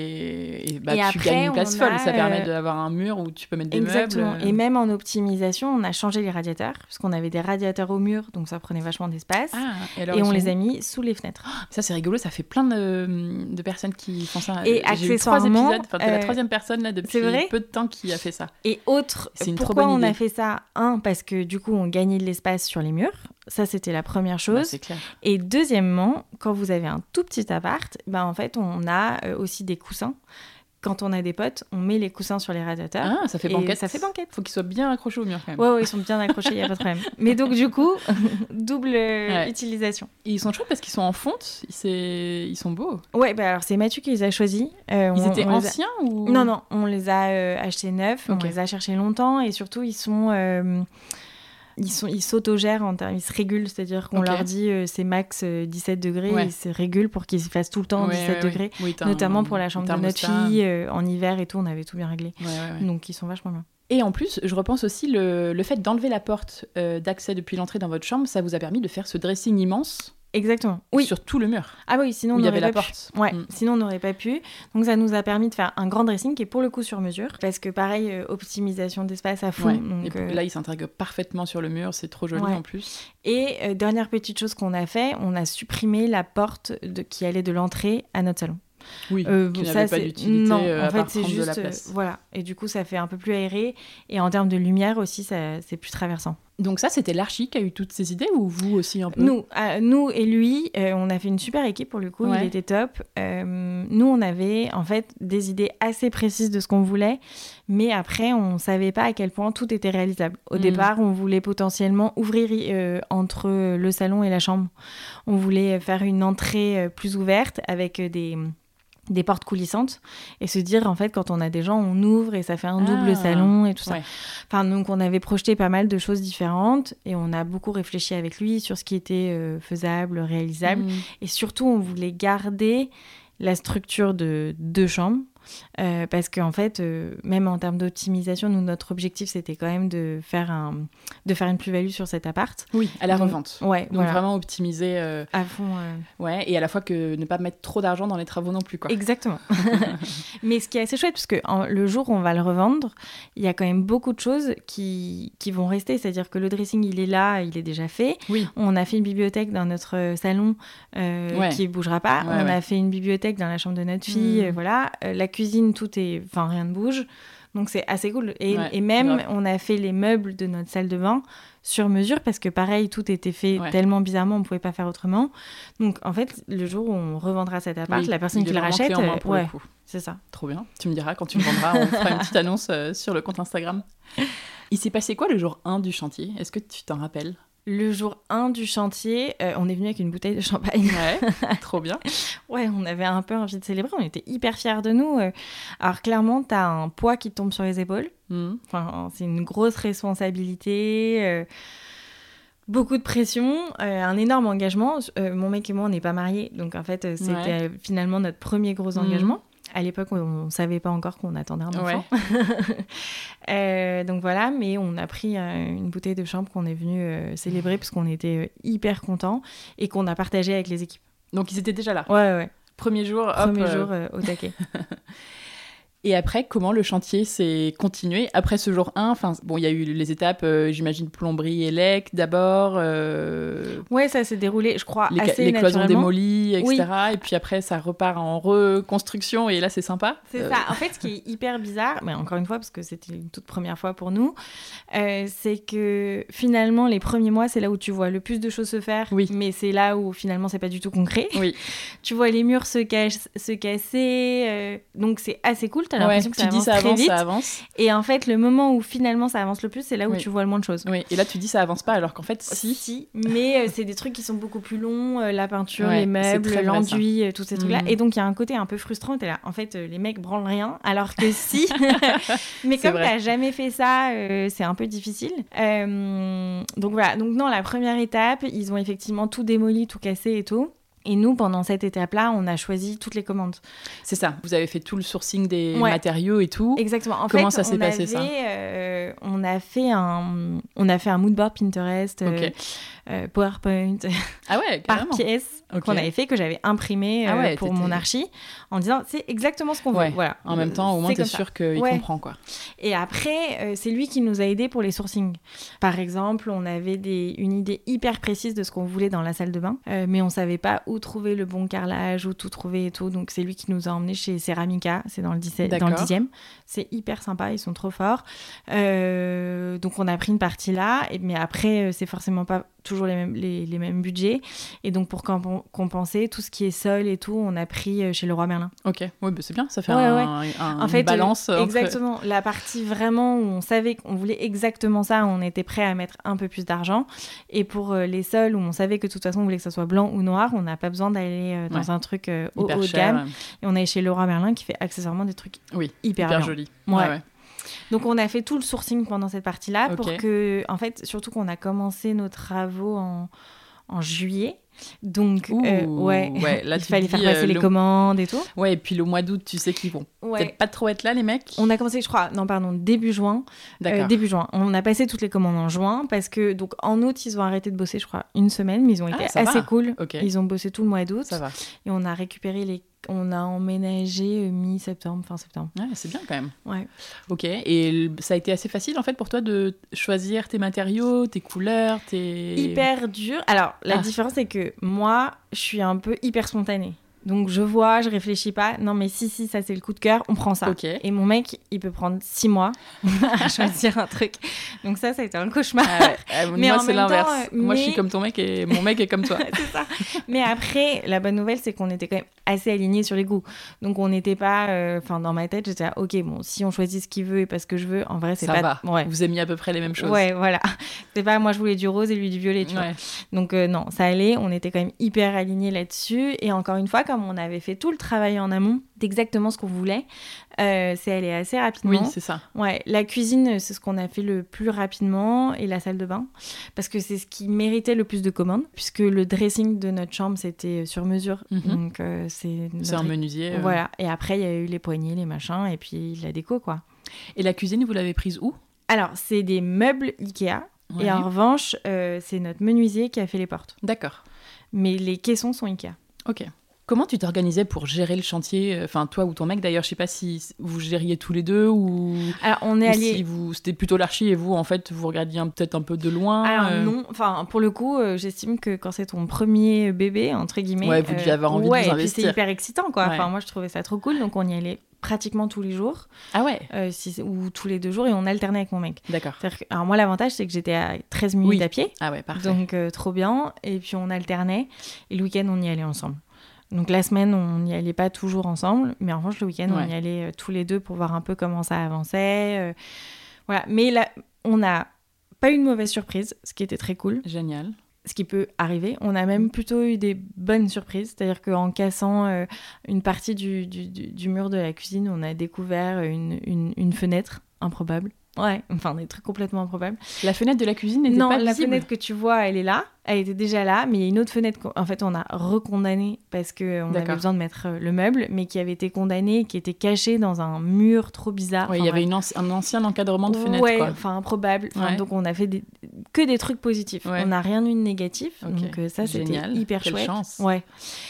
Et, et, bah, et tu après, gagnes une place folle. a, Ça permet euh... d'avoir un mur où tu peux mettre des Exactement. meubles. Et même en optimisation, on a changé les radiateurs, parce qu'on avait des radiateurs au mur, donc ça prenait vachement d'espace. Ah, et alors, et on sont... les a mis sous les fenêtres. Oh, ça, c'est rigolo. Ça fait plein de, de personnes qui font ça. Et J'ai eu trois accessoirement, épisodes. Enfin, t'es euh... la troisième personne là depuis peu de temps qui a fait ça. Et autre, c'est une pourquoi trop bonne on idée. a fait ça? Un, parce que du coup, on gagnait de l'espace sur les murs. Ça, c'était la première chose. Bah, c'est clair. Et deuxièmement, quand vous avez un tout petit appart, bah, en fait, on a euh, aussi des coussins. Quand on a des potes, on met les coussins sur les radiateurs. Ah, ça fait banquette. Ça fait banquette. Faut qu'ils soient bien accrochés au mur quand même. Ouais, ouais, ils sont bien accrochés, il n'y a pas de problème. Mais donc, du coup, double ouais. utilisation. Et ils sont chouettes parce qu'ils sont en fonte, c'est... ils sont beaux. Ouais, bah alors c'est Mathieu qui les a choisis. Euh, ils on, étaient on anciens a... ou... Non, non, on les a euh, achetés neufs, okay. On les a cherchés longtemps et surtout, ils sont... Euh... Ils, sont, ils s'autogèrent, en termes, ils se régulent, c'est-à-dire qu'on okay. leur dit euh, c'est max euh, dix-sept degrés, ouais. Ils se régulent pour qu'ils fassent tout le temps ouais, dix-sept ouais, degrés, ouais. Oui, notamment un, pour la chambre de notre fille, euh, en hiver et tout, on avait tout bien réglé. Ouais, ouais, ouais. Donc ils sont vachement bien. Et en plus, je repense aussi le, le fait d'enlever la porte euh, d'accès depuis l'entrée dans votre chambre, ça vous a permis de faire ce dressing immense. Exactement. Oui. Sur tout le mur. Ah oui, sinon où on il y avait la pu. porte. Ouais, mm. sinon on n'aurait pas pu. Donc ça nous a permis de faire un grand dressing qui est pour le coup sur mesure, parce que pareil, euh, optimisation d'espace à fond. Ouais. Donc, et euh... là, il s'intègre parfaitement sur le mur, c'est trop joli ouais. en plus. Et euh, dernière petite chose qu'on a fait, on a supprimé la porte de... qui allait de l'entrée à notre salon. Oui, euh, qui ça, n'avait c'est... pas d'utilité non, euh, en à fait, part c'est prendre juste, de la place. Euh, voilà. Et du coup, ça fait un peu plus aéré. Et en termes de lumière aussi, ça, c'est plus traversant. Donc ça, c'était l'archi qui a eu toutes ces idées ou vous aussi un peu? Nous, euh, nous et lui, euh, on a fait une super équipe pour le coup. Ouais. Il était top. Euh, nous, on avait en fait des idées assez précises de ce qu'on voulait. Mais après, on ne savait pas à quel point tout était réalisable. Au mmh. départ, on voulait potentiellement ouvrir euh, entre le salon et la chambre. On voulait faire une entrée euh, plus ouverte avec euh, des... des portes coulissantes et se dire en fait quand on a des gens on ouvre et ça fait un double ah, salon et tout ça. Ouais. Enfin donc on avait projeté pas mal de choses différentes et on a beaucoup réfléchi avec lui sur ce qui était euh, faisable, réalisable mmh. et surtout on voulait garder la structure de deux chambres. Euh, parce qu'en fait, euh, même en termes d'optimisation, nous, notre objectif, c'était quand même de faire, un, de faire une plus-value sur cet appart. Oui, à la donc, revente. Ouais, donc voilà. vraiment optimiser. Euh... À fond. Euh... Ouais, et à la fois que ne pas mettre trop d'argent dans les travaux non plus, quoi. Exactement. Mais ce qui est assez chouette, parce que en, le jour où on va le revendre, il y a quand même beaucoup de choses qui, qui vont rester. C'est-à-dire que le dressing, il est là, il est déjà fait. Oui. On a fait une bibliothèque dans notre salon euh, ouais. qui ne bougera pas. Ouais, on ouais. a fait une bibliothèque dans la chambre de notre fille. Mmh. Euh, voilà. Euh, la cuisine, tout est... Enfin, rien ne bouge. Donc, c'est assez cool. Et, ouais, et même, grave. on a fait les meubles de notre salle de bain sur mesure parce que, pareil, tout était fait ouais. tellement bizarrement, on ne pouvait pas faire autrement. Donc, en fait, le jour où on revendra cet appart, oui, la personne qui le rachète... En main pour ouais, le coup. C'est ça. Trop bien. Tu me diras, quand tu le vendras, on fera une petite annonce euh, sur le compte Instagram. Il s'est passé quoi le jour un du chantier? Est-ce que tu t'en rappelles? Le jour un du chantier, euh, on est venu avec une bouteille de champagne. Ouais, trop bien. Ouais, on avait un peu envie de célébrer, on était hyper fiers de nous. Alors clairement, t'as un poids qui tombe sur les épaules. Mmh. Enfin, c'est une grosse responsabilité, euh, beaucoup de pression, euh, un énorme engagement. Euh, mon mec et moi, on n'est pas mariés, donc en fait, c'était ouais. finalement notre premier gros engagement. Mmh. À l'époque, on ne savait pas encore qu'on attendait un enfant. Ouais. euh, donc voilà, mais on a pris euh, une bouteille de chambre qu'on est venu euh, célébrer parce qu'on était euh, hyper contents et qu'on a partagé avec les équipes. Donc ils étaient déjà là? Ouais, ouais. Premier jour, hop. Premier euh... jour euh, au taquet. Et après, comment le chantier s'est continué après ce jour un? Enfin, bon, il y a eu les étapes, euh, j'imagine, plomberie et lec d'abord. Euh... Ouais, ça s'est déroulé, je crois, les, assez les cloisons naturellement. démolies, et cetera. Oui. Et puis après, ça repart en reconstruction et là, c'est sympa. C'est euh... ça. En fait, ce qui est hyper bizarre, mais encore une fois, parce que c'était une toute première fois pour nous, euh, c'est que finalement, les premiers mois, c'est là où tu vois le plus de choses se faire, oui. mais c'est là où finalement, c'est pas du tout concret. Oui. Tu vois les murs se, cache, se casser, euh, donc c'est assez cool. T'as l'impression ouais, que ça tu avance dis ça très avance, vite. ça avance. Et en fait, le moment où finalement ça avance le plus, c'est là où oui. tu vois le moins de choses. Oui. Et là, tu dis ça avance pas, alors qu'en fait, si. Si, mais euh, c'est des trucs qui sont beaucoup plus longs, euh, la peinture, ouais, les meubles, l'enduit, euh, tous ces trucs-là. Mmh. Et donc, il y a un côté un peu frustrant. T'es là, en fait, euh, les mecs branlent rien, alors que si. Mais comme t'as jamais fait ça, euh, c'est un peu difficile. Euh, donc voilà. Donc non, la première étape, ils ont effectivement tout démoli, tout cassé et tout. Et nous, pendant cette étape-là, on a choisi toutes les commandes. C'est ça. Vous avez fait tout le sourcing des ouais. matériaux et tout. Exactement. En Comment fait, ça s'est on passé avait, ça euh, on a fait un, on a fait un mood board Pinterest, Ok. euh, euh, PowerPoint, Ah ouais, par carrément. pièce Ok. qu'on avait fait, que j'avais imprimé euh, Ah ouais, pour t'étais- mon archi, en disant c'est exactement ce qu'on veut. Ouais. Voilà. En même temps, au moins, C'est t'es comme ça. sûr qu'il Ouais. comprend, quoi. Et après, euh, c'est lui qui nous a aidés pour les sourcings. Par exemple, on avait des, une idée hyper précise de ce qu'on voulait dans la salle de bain, euh, mais on savait pas où trouver le bon carrelage, où tout trouver et tout. Donc c'est lui qui nous a emmenés chez Ceramica, c'est dans le, dix-sept, dans le D'accord. dixième. C'est hyper sympa, ils sont trop forts. Euh, donc on a pris une partie là, et, mais après, euh, c'est forcément pas toujours les mêmes, les, les mêmes budgets. Et donc pour comp- compenser, tout ce qui est sol et tout, on a pris euh, chez Leroy Merlin. Ok, ouais, bah c'est bien, ça fait Ouais, un, un- En une fait, balance. euh, entre- exactement. La partie vraiment où on savait qu'on voulait exactement ça, on était prêt à mettre un peu plus d'argent. Et pour euh, les sols où on savait que de toute façon on voulait que ça soit blanc ou noir, on n'a pas besoin d'aller euh, dans Ouais. un truc euh, haut, Hyper haut de cher. gamme. Et on est chez Leroy Merlin qui fait accessoirement des trucs Oui, hyper, hyper bien. joli. Ouais. Donc on a fait tout le sourcing pendant cette partie-là pour Ok. que, en fait, surtout qu'on a commencé nos travaux en, en juillet. Donc, Ouh, euh, ouais, ouais, là, il tu fallait te faire dis, passer euh, les le- commandes et tout. Ouais, et puis le mois d'août, tu sais qu'ils vont Ouais. peut-être pas trop être là, les mecs. On a commencé, je crois, non, pardon, début juin. D'accord. Euh, début juin. On a passé toutes les commandes en juin parce que, donc, en août, ils ont arrêté de bosser, je crois, une semaine, mais ils ont Ah, été ça assez va. cool. Ok. Ils ont bossé tout le mois d'août. Ça va. Et on a récupéré les. On a emménagé euh, mi-septembre, fin septembre. Ouais, c'est bien quand même. Ouais. Ok. Et l- ça a été assez facile en fait pour toi de choisir tes matériaux, tes couleurs, tes. Hyper dur. Alors, la Ah. différence, c'est que moi, je suis un peu hyper spontanée. Donc, je vois, je réfléchis pas. Non, mais si, si, ça, c'est le coup de cœur, on prend ça. Ok. Et mon mec, il peut prendre six mois à choisir un truc. Donc, ça, ça a été un cauchemar. Ah ouais. Euh, Mais moi, en c'est même l'inverse. temps, euh, Moi, je suis mais- comme ton mec et mon mec est comme toi. C'est ça. Mais après, la bonne nouvelle, c'est qu'on était quand même assez alignés sur les goûts. Donc, on n'était pas... Enfin, dans ma tête, j'étais là, OK, bon, si on choisit ce qu'il veut et pas ce que je veux, en vrai, c'est Ça pas... va. Ouais. Vous aimez à peu près les mêmes choses. Ouais, voilà. C'est pas moi, je voulais du rose et lui du violet, tu vois. Ouais. Donc, euh, non, ça allait. On était quand même hyper alignés là-dessus. Et encore une fois, comme on avait fait tout le travail en amont d'exactement ce qu'on voulait, euh, c'est allé assez rapidement. Oui, c'est ça. Ouais, la cuisine, c'est ce qu'on a fait le plus rapidement, et la salle de bain, parce que c'est ce qui méritait le plus de commandes, puisque le dressing de notre chambre, c'était sur mesure. Mhm. Donc, euh, c'est... C'est un notre- menuisier. euh. Voilà. Et après, il y a eu les poignées, les machins, et puis la déco, quoi. Et la cuisine, vous l'avez prise où? Alors, c'est des meubles Ikea, Ouais. et en revanche, euh, c'est notre menuisier qui a fait les portes. D'accord. Mais les caissons sont Ikea. Ok. Comment tu t'organisais pour gérer le chantier? Enfin, toi ou ton mec, d'ailleurs, je sais pas si vous gériez tous les deux ou, Alors, on est ou allé... si vous... c'était plutôt l'archi et vous, en fait, vous regardiez un- peut-être un peu de loin. Alors euh, non, enfin pour le coup, euh, j'estime que quand c'est ton premier bébé entre guillemets, Ouais, vous deviez avoir envie de ouais, vous et puis investir. c'est hyper excitant quoi. Ouais. Enfin moi je trouvais ça trop cool, donc on y allait pratiquement tous les jours, Ah ouais, euh, si- ou tous les deux jours, et on alternait avec mon mec. d'accord. C'est-à-dire que- alors moi l'avantage c'est que j'étais à treize minutes Oui. à pied, Ah ouais, parfait. donc euh, trop bien. Et puis on alternait, et le week-end on y allait ensemble. Donc la semaine on n'y allait pas toujours ensemble, mais en revanche le week-end Ouais. on y allait euh, tous les deux pour voir un peu comment ça avançait. euh, voilà, mais là on n'a pas eu de mauvaise surprise, ce qui était très cool. Génial. Ce qui peut arriver. On a même plutôt eu des bonnes surprises, c'est-à-dire qu'en cassant euh, une partie du, du, du- du mur de la cuisine, on a découvert une, une, une fenêtre improbable. Ouais, enfin des trucs complètement improbables. La fenêtre de la cuisine n'était Non, pas la visible. fenêtre que tu vois, elle est là, elle était déjà là, mais il y a une autre fenêtre qu'en fait on a recondamnée parce qu'on avait D'accord. besoin de mettre euh, le meuble, mais qui avait été condamnée, qui était cachée dans un mur trop bizarre. Ouais, il Enfin, y avait bref. une anci- un ancien encadrement de fenêtre, Ouais, quoi. enfin improbable. Enfin, Ouais. Donc on a fait des... que des trucs positifs. Ouais. On n'a rien eu de négatif. Ok. Donc euh, ça c'était Génial. hyper Quelle chouette. chance. Ouais.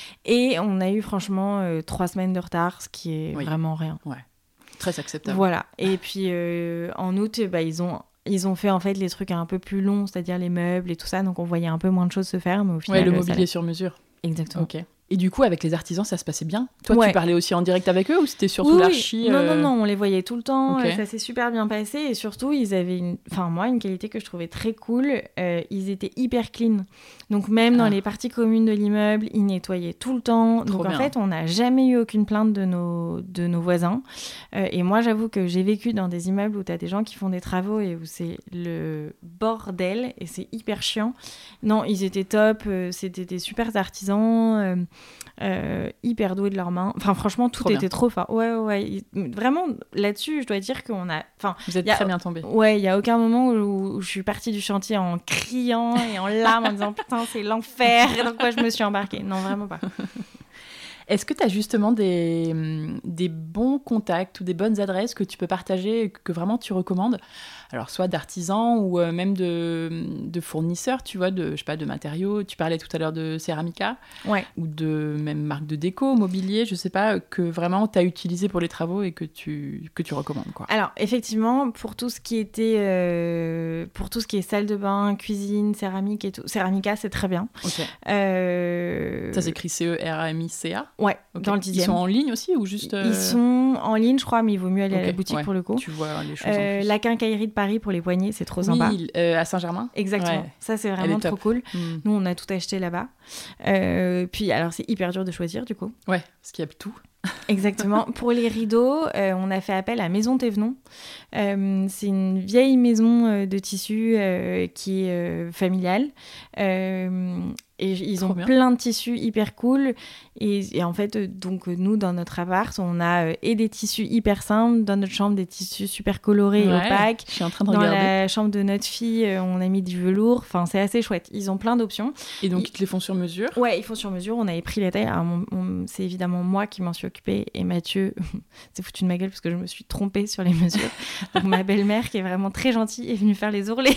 Et on a eu franchement euh, trois semaines de retard, ce qui est Oui. vraiment rien. Très acceptable. Voilà. Et puis euh, en août, bah, ils ont ils ont fait en fait les trucs un peu plus longs, c'est-à-dire les meubles et tout ça. Donc on voyait un peu moins de choses se faire, mais au final Ouais, le ça mobilier allait. sur mesure. Exactement. Ok. Et du coup, avec les artisans, ça se passait bien? Toi, Ouais. tu parlais aussi en direct avec eux ou c'était surtout Oui, l'archi? non, euh, non, non, on les voyait tout le temps. Ok. euh, Ça s'est super bien passé. Et surtout, ils avaient, une... enfin, moi, une qualité que je trouvais très cool. euh, ils étaient hyper clean. Donc, même dans Ah. les parties communes de l'immeuble, ils nettoyaient tout le temps. Trop Donc, en bien. fait, on n'a jamais eu aucune plainte de nos, de nos voisins. Euh, et moi, j'avoue que j'ai vécu dans des immeubles où tu as des gens qui font des travaux et où c'est le bordel et c'est hyper chiant. Non, ils étaient top. euh, C'était des super artisans. euh, euh, hyper doués de leurs mains. Enfin, franchement, tout trop était bien. trop fort. Ouais, ouais, ouais. Vraiment, là-dessus, je dois dire qu'on a... Enfin, Vous êtes y a... très bien tombés. Ouais, il n'y a aucun moment où, où je suis partie du chantier en criant et en larmes en disant « Putain, c'est l'enfer, dans quoi je me suis embarquée ». Non, vraiment pas. Est-ce que tu as justement des, des bons contacts ou des bonnes adresses que tu peux partager, que vraiment tu recommandes ? Alors, soit d'artisans ou euh, même de, de fournisseurs, tu vois, de, je sais pas, de matériaux. Tu parlais tout à l'heure de Ceramica. Ouais. Ou de même marque de déco, mobilier, je sais pas, que vraiment tu as utilisé pour les travaux et que tu, que tu recommandes, quoi. Alors, effectivement, pour tout ce qui était... Euh, pour tout ce qui est salle de bain, cuisine, céramique et tout, Ceramica, c'est très bien. Ok. Euh... Ça s'écrit C E R A M I C A ? Ouais, okay. dans le dixième. Ils sont en ligne aussi ou juste... Euh... Ils sont en ligne, je crois, mais il vaut mieux aller okay, à la boutique ouais, pour le coup. Tu vois les choses euh, en plus. La quincaillerie de Paris pour les poignets, c'est trop sympa. Oui, euh, à Saint-Germain. Exactement. Ouais. Ça, c'est vraiment trop cool. Mm. Nous, on a tout acheté là-bas. Euh, puis, alors, c'est hyper dur de choisir, du coup. Ouais, parce qu'il y a tout. Exactement. Pour les rideaux, euh, on a fait appel à Maison Thévenon. Euh, c'est une vieille maison euh, de tissu euh, qui est euh, familiale. Euh, et ils Trop ont bien. plein de tissus hyper cool. Et, et en fait, euh, donc nous, dans notre appart, on a euh, et des tissus hyper simples. Dans notre chambre, des tissus super colorés ouais, et opaques. Je suis en train de dans regarder. Dans la chambre de notre fille, euh, on a mis du velours. Enfin, c'est assez chouette. Ils ont plein d'options. Et donc, ils... ils te les font sur mesure ? Ouais, ils font sur mesure. On avait pris la taille. Alors, mon, mon, c'est évidemment moi qui m'en suis occupée. Et Mathieu s'est foutu de ma gueule parce que je me suis trompée sur les mesures. Donc, ma belle-mère, qui est vraiment très gentille, est venue faire les ourlets.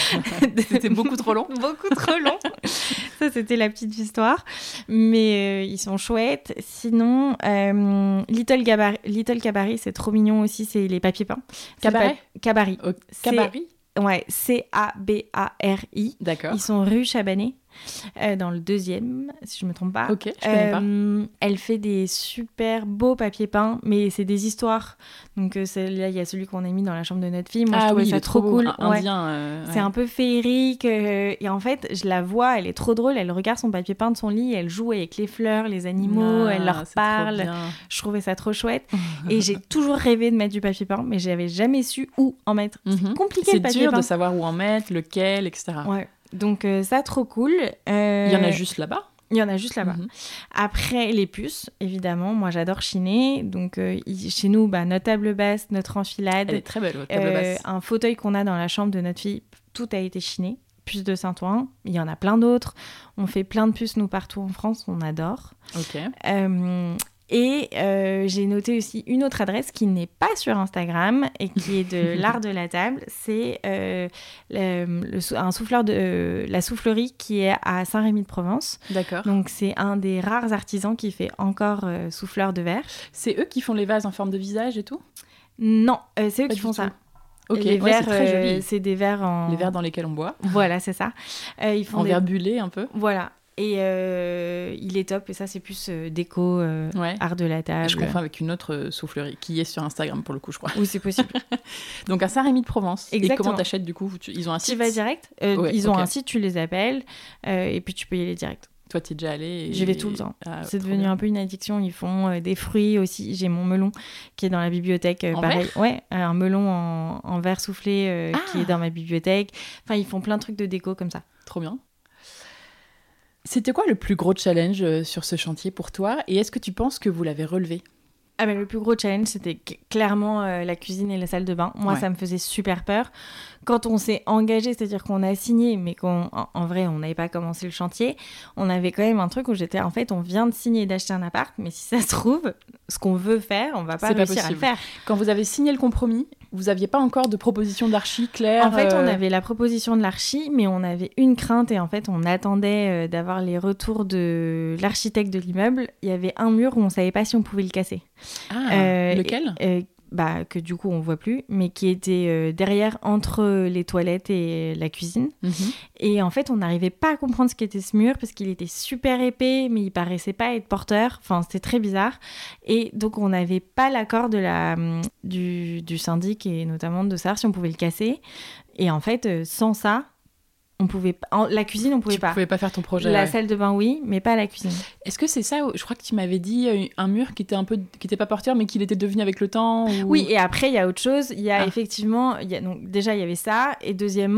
C'était beaucoup trop long. Beaucoup trop long. Ça, c'était la petite histoire. Mais euh, ils sont chouettes. Sinon, euh, Little, Gabar- Little Cabaret, c'est trop mignon aussi. C'est les papiers peints. Cabaret pa- Cabaret. Oh, Cabaret Ouais, C A B A R I. D'accord. Ils sont rue Chabanais. Euh, dans le deuxième, si je ne me trompe pas. Ok, je connais euh, pas. Elle fait des super beaux papiers peints, mais c'est des histoires. Donc euh, là, il y a celui qu'on a mis dans la chambre de notre fille. Moi, ah je trouvais oui, ça trop, trop cool. Un, ouais. indien. Euh, c'est ouais. un peu féerique. Euh, et en fait, je la vois, elle est trop drôle. Elle regarde son papier peint de son lit, elle joue avec les fleurs, les animaux, ah, elle leur parle. Je trouvais ça trop chouette. Et j'ai toujours rêvé de mettre du papier peint, mais j'avais jamais su où en mettre. Mm-hmm. C'est compliqué c'est le papier dur peint. de savoir où en mettre, lequel, et cetera. Ouais. Donc euh, ça, trop cool. Euh... Il y en a juste là-bas. Il y en a juste là-bas. Mm-hmm. Après, les puces, évidemment. Moi, j'adore chiner. Donc, euh, chez nous, bah, notre table basse, notre enfilade. Elle est très belle, votre table euh, basse. Un fauteuil qu'on a dans la chambre de notre fille, tout a été chiné. Puces de Saint-Ouen. Il y en a plein d'autres. On fait plein de puces, nous, partout en France. On adore. Ok. Euh, Et euh, j'ai noté aussi une autre adresse qui n'est pas sur Instagram et qui est de l'art de la table. C'est euh, le, le, un souffleur de euh, la soufflerie qui est à Saint-Rémy-de-Provence. D'accord. Donc c'est un des rares artisans qui fait encore euh, souffleur de verre. C'est eux qui font les vases en forme de visage et tout ? Non, euh, c'est eux pas qui font ça. Ok, les ouais, verres, c'est très joli. Euh, c'est des verres en... Les verres dans lesquels on boit. Voilà, c'est ça. Euh, ils font en des... verre bullé un peu. Voilà. Et euh, il est top. Et ça, c'est plus euh, déco, euh, ouais. art de la table. Je confonds avec une autre euh, soufflerie qui est sur Instagram pour le coup, je crois. Oui, c'est possible. Donc à Saint-Rémy-de-Provence. Exactement. Et comment t'achètes du coup ? tu... Ils ont un site ? Tu vas direct. Euh, ouais, ils ont okay. un site, tu les appelles et euh, puis tu peux y aller direct. Toi, t'es déjà allée et... J'y vais tout le temps. Ah, c'est devenu bien. un peu une addiction. Ils font euh, des fruits aussi. J'ai mon melon qui est dans la bibliothèque. Euh, en pareil. Verre ouais, un melon en, en verre soufflé euh, ah. qui est dans ma bibliothèque. Enfin, ils font plein de trucs de déco comme ça. Trop bien. C'était quoi le plus gros challenge euh, sur ce chantier pour toi ? Et est-ce que tu penses que vous l'avez relevé ? Ah ben, le plus gros challenge, c'était c- clairement euh, la cuisine et la salle de bain. Moi, ouais. ça me faisait super peur. Quand on s'est engagé, c'est-à-dire qu'on a signé, mais qu'en en vrai, on n'avait pas commencé le chantier, on avait quand même un truc où j'étais, en fait, on vient de signer et d'acheter un appart, mais si ça se trouve, ce qu'on veut faire, on va pas C'est réussir pas à le possible. faire. Quand vous avez signé le compromis, vous n'aviez pas encore de proposition d'archi claire ? En fait, euh... on avait la proposition de l'archi, mais on avait une crainte et en fait, on attendait euh, d'avoir les retours de l'architecte de l'immeuble. Il y avait un mur où on savait pas si on pouvait le casser. Ah, Euh, lequel ? et, euh, bah, que du coup on voit plus, mais qui était euh, derrière entre les toilettes et la cuisine. Mm-hmm. Et en fait, on n'arrivait pas à comprendre ce qu'était ce mur parce qu'il était super épais, mais il paraissait pas être porteur. Enfin, c'était très bizarre. Et donc, on n'avait pas l'accord de la, du, du syndic et notamment de savoir si on pouvait le casser. Et en fait, euh, sans ça, on pouvait pas... en, la cuisine, on pouvait tu pas. Tu pouvais pas faire ton projet. La ouais. salle de bain, oui, mais pas la cuisine. Est-ce que c'est ça ? Je crois que tu m'avais dit euh, un mur qui était un peu, qui était pas porteur, mais qui l'était devenu avec le temps. Ou... Oui, et après il y a autre chose. Il y a ah. effectivement, il y a, donc déjà il y avait ça, et deuxièmement,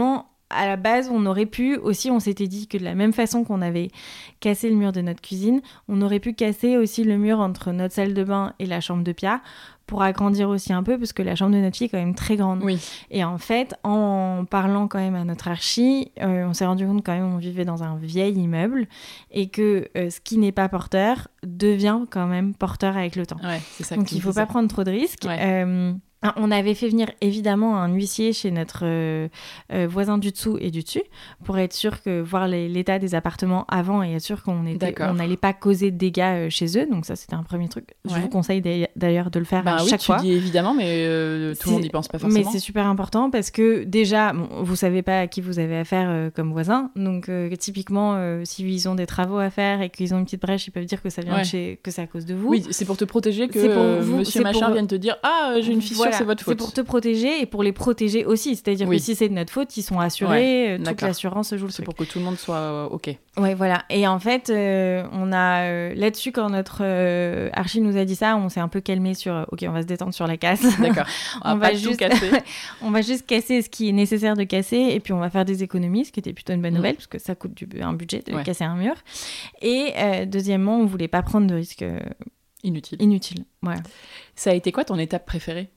à la base, on aurait pu aussi, on s'était dit que de la même façon qu'on avait cassé le mur de notre cuisine, on aurait pu casser aussi le mur entre notre salle de bain et la chambre de Pia pour agrandir aussi un peu, parce que la chambre de notre fille est quand même très grande. Oui. Et en fait, en parlant quand même à notre archi, euh, on s'est rendu compte quand même qu'on vivait dans un vieil immeuble et que euh, ce qui n'est pas porteur devient quand même porteur avec le temps. Ouais, c'est ça. Donc il ne faut pas prendre trop de risques. Ouais. Euh, on avait fait venir évidemment un huissier chez notre euh, euh, voisin du dessous et du dessus pour être sûr que voir les, l'état des appartements avant et être sûr qu'on n'allait pas causer de dégâts euh, chez eux. Donc ça, c'était un premier truc. Ouais. Je vous conseille d'ailleurs de le faire bah, à oui, chaque tu fois. Dis évidemment, mais euh, tout le monde n'y pense pas forcément. Mais c'est super important parce que déjà, bon, vous savez pas à qui vous avez affaire euh, comme voisin. Donc euh, typiquement, euh, s'ils ont des travaux à faire et qu'ils ont une petite brèche, ils peuvent dire que ça vient ouais. de chez, que c'est à cause de vous. Oui, c'est pour te protéger que euh, vous, monsieur machin pour... vienne te dire ah j'ai une fissure. Voilà, c'est votre faute. C'est pour te protéger et pour les protéger aussi. C'est-à-dire oui. que si c'est de notre faute, ils sont assurés, ouais, toute l'assurance joue le C'est truc. pour que tout le monde soit euh, OK. Ouais, voilà. Et en fait, euh, on a euh, là-dessus, quand notre euh, archi nous a dit ça, on s'est un peu calmé sur euh, OK, on va se détendre sur la casse. D'accord. On, on va juste casser. On va juste casser ce qui est nécessaire de casser et puis on va faire des économies, ce qui était plutôt une bonne nouvelle mmh. parce que ça coûte du, un budget de ouais. casser un mur. Et euh, deuxièmement, on voulait pas prendre de risques euh, inutiles. Inutiles. Voilà. Ça a été quoi ton étape préférée?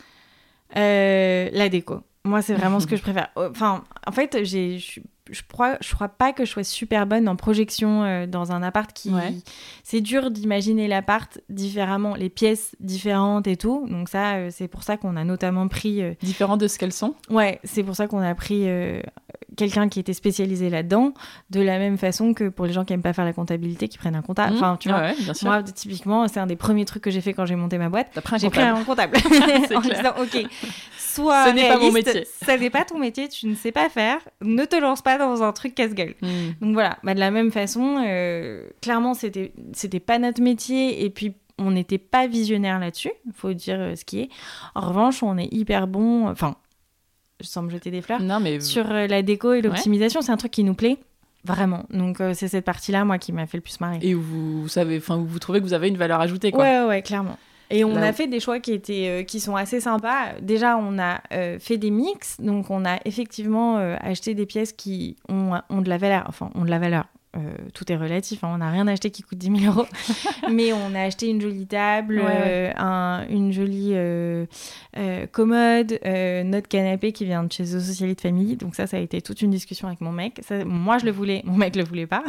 Euh, la déco. Moi, c'est vraiment ce que je préfère. Enfin, en fait, j'ai, je, je crois, je crois pas que je sois super bonne en projection euh, dans un appart qui... Ouais. C'est dur d'imaginer l'appart différemment, les pièces différentes et tout. Donc ça, euh, c'est pour ça qu'on a notamment pris... Euh... Différentes de ce qu'elles sont? Ouais, c'est pour ça qu'on a pris euh, quelqu'un qui était spécialisé là-dedans, de la même façon que pour les gens qui aiment pas faire la comptabilité, qui prennent un comptable. Mmh. Enfin, tu vois, ouais, bien sûr. moi, typiquement, c'est un des premiers trucs que j'ai fait quand j'ai monté ma boîte. T'as pris un j'ai comptable. pris un comptable. C'est en clair. disant, OK, soit ce n'est réaliste, pas mon métier. Ça n'est pas ton métier, tu ne sais pas faire, ne te lance pas dans un truc casse-gueule. Mmh. Donc voilà, bah, de la même façon, euh, clairement, c'était, c'était pas notre métier, et puis on n'était pas visionnaire là-dessus, il faut dire euh, ce qui est. En revanche, on est hyper bon, enfin, sans me jeter des fleurs, non, mais... sur euh, la déco et l'optimisation, ouais. C'est un truc qui nous plaît. Vraiment. Donc, euh, c'est cette partie-là, moi, qui m'a fait le plus marrer. Et vous, vous savez, enfin, vous trouvez que vous avez une valeur ajoutée, quoi. Ouais, ouais, ouais, clairement. Et on Là a où... fait des choix qui, étaient, euh, qui sont assez sympas. Déjà, on a euh, fait des mix. Donc, on a effectivement euh, acheté des pièces qui ont, ont de la valeur. Enfin, ont de la valeur. Euh, tout est relatif, hein. On n'a rien acheté qui coûte dix mille euros, mais on a acheté une jolie table, ouais, euh, ouais. Un, une jolie euh, euh, commode, euh, notre canapé qui vient de chez The Socialite Family, donc ça, ça a été toute une discussion avec mon mec. Ça, moi, je le voulais, mon mec le voulait pas.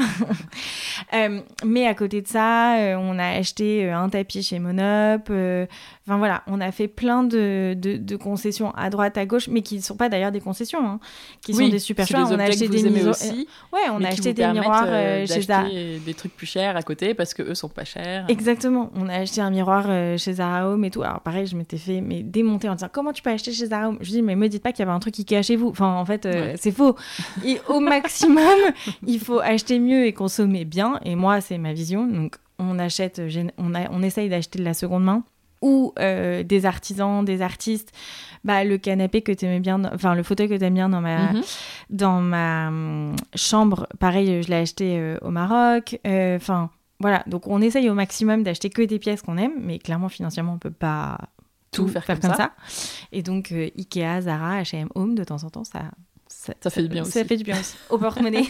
euh, mais à côté de ça, euh, on a acheté un tapis chez Monop, euh, enfin voilà, on a fait plein de, de, de concessions à droite, à gauche, mais qui ne sont pas d'ailleurs des concessions, hein, qui oui, sont des super choix. On a acheté des miroirs aussi. Ouais, on a acheté des miroirs euh, chez Zara. Des trucs plus chers à côté parce que eux sont pas chers. Exactement. On a acheté un miroir euh, chez Zara Home et tout. Alors pareil, je m'étais fait mais démonter en disant comment tu peux acheter chez Zara Home. Je dis mais me dites pas qu'il y avait un truc Ikea chez vous. Enfin en fait euh, ouais. C'est faux. Et au maximum, il faut acheter mieux et consommer bien. Et moi c'est ma vision. Donc on achète, on, a, on essaye d'acheter de la seconde main ou euh, des artisans, des artistes. Bah, le canapé que t'aimais bien, enfin le fauteuil que t'aimes bien dans ma, mm-hmm. dans ma hum, chambre, pareil, je l'ai acheté euh, au Maroc. Enfin, euh, voilà. Donc on essaye au maximum d'acheter que des pièces qu'on aime, mais clairement financièrement on peut pas tout, tout faire, faire comme, comme ça. ça. Et donc euh, Ikea, Zara, H et M Home de temps en temps, ça. Ça, ça fait du bien ça, aussi. Ça fait du bien aussi. Au porte-monnaie.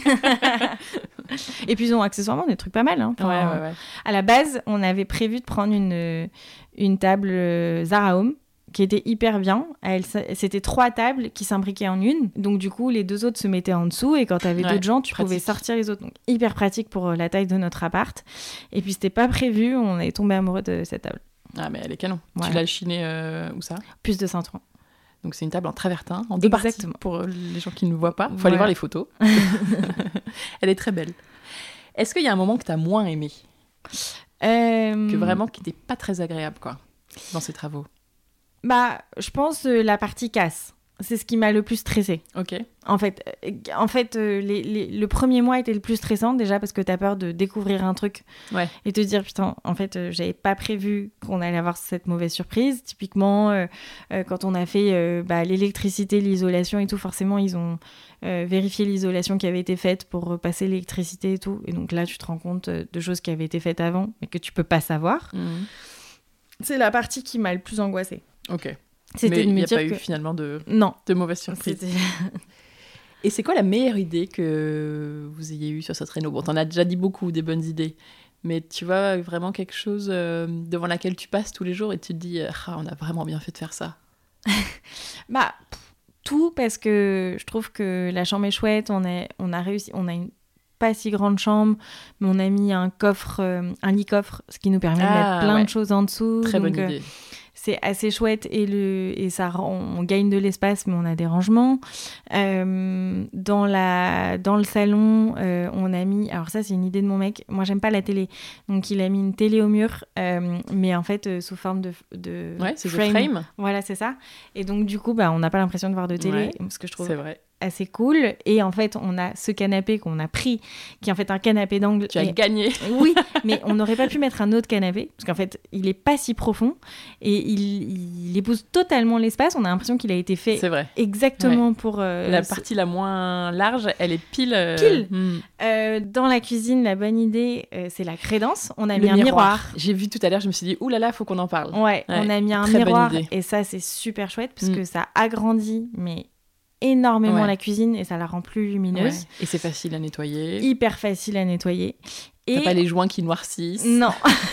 Et puis ils ont accessoirement des trucs pas mal. Hein. Enfin, ouais, ouais, ouais. À la base, on avait prévu de prendre une, une table Zara Home qui était hyper bien. Elle, c'était trois tables qui s'imbriquaient en une. Donc du coup, les deux autres se mettaient en dessous et quand tu avais ouais, d'autres gens, tu pratique. Pouvais sortir les autres. Donc hyper pratique pour la taille de notre appart. Et puis c'était pas prévu, on est tombé amoureux de cette table. Ah mais elle est canon. Voilà. Tu l'as chinée euh, où ça? Plus de Saint-Ouen. Donc c'est une table en travertin, en deux Exactement. Parties pour les gens qui ne voient pas. Il faut voilà. aller voir les photos. Elle est très belle. Est-ce qu'il y a un moment que tu as moins aimé euh... Que vraiment qui n'était pas très agréable quoi, dans ces travaux? Bah, je pense euh, la partie casse. C'est ce qui m'a le plus stressée. Ok. En fait, euh, en fait euh, les, les, le premier mois était le plus stressant, déjà parce que t'as peur de découvrir un truc ouais. et te dire, putain, en fait, euh, j'avais pas prévu qu'on allait avoir cette mauvaise surprise. Typiquement, euh, euh, quand on a fait euh, bah, l'électricité, l'isolation et tout, forcément, ils ont euh, vérifié l'isolation qui avait été faite pour repasser l'électricité et tout. Et donc là, tu te rends compte de choses qui avaient été faites avant, mais que tu peux pas savoir. Mmh. C'est la partie qui m'a le plus angoissée. Ok. C'était mais de me il n'y a dire pas que... eu finalement de, non. de mauvaises surprises. Et c'est quoi la meilleure idée que vous ayez eue sur cette réno? Bon, t'en as déjà dit beaucoup, des bonnes idées. Mais tu vois, vraiment quelque chose euh, devant laquelle tu passes tous les jours et tu te dis ah, on a vraiment bien fait de faire ça. Bah, tout, parce que je trouve que la chambre est chouette. On, est, on a réussi, on a une pas si grande chambre, mais on a mis un coffre, euh, un lit-coffre, ce qui nous permet ah, de mettre plein ouais. de choses en dessous. Très donc, bonne idée. Euh, c'est assez chouette et, le, et ça, on gagne de l'espace, mais on a des rangements. Euh, dans, la, dans le salon, euh, on a mis... Alors ça, c'est une idée de mon mec. Moi, j'aime pas la télé. Donc, il a mis une télé au mur, euh, mais en fait, euh, sous forme de, de ouais, c'est frame. frame. Voilà, c'est ça. Et donc, du coup, bah, on n'a pas l'impression de voir de télé, ouais, ce que je trouve... c'est vrai. assez cool. Et en fait, on a ce canapé qu'on a pris, qui est en fait un canapé d'angle. Tu as et... gagné. Oui, mais on n'aurait pas pu mettre un autre canapé, parce qu'en fait, il est pas si profond, et il, il épouse totalement l'espace. On a l'impression qu'il a été fait c'est vrai. exactement ouais. pour... Euh, la ce... partie la moins large, elle est pile... Euh... Pile hmm. euh, Dans la cuisine, la bonne idée, euh, c'est la crédence. On a Le mis un miroir. miroir. J'ai vu tout à l'heure, je me suis dit, oulala, faut qu'on en parle. Ouais, ouais, on a mis un très miroir, bonne idée. et ça, c'est super chouette, parce hmm. que ça agrandit, mais... énormément ouais. la cuisine et ça la rend plus lumineuse. Ouais. Et c'est facile à nettoyer. Hyper facile à nettoyer. Et... T'as pas les joints qui noircissent. Non.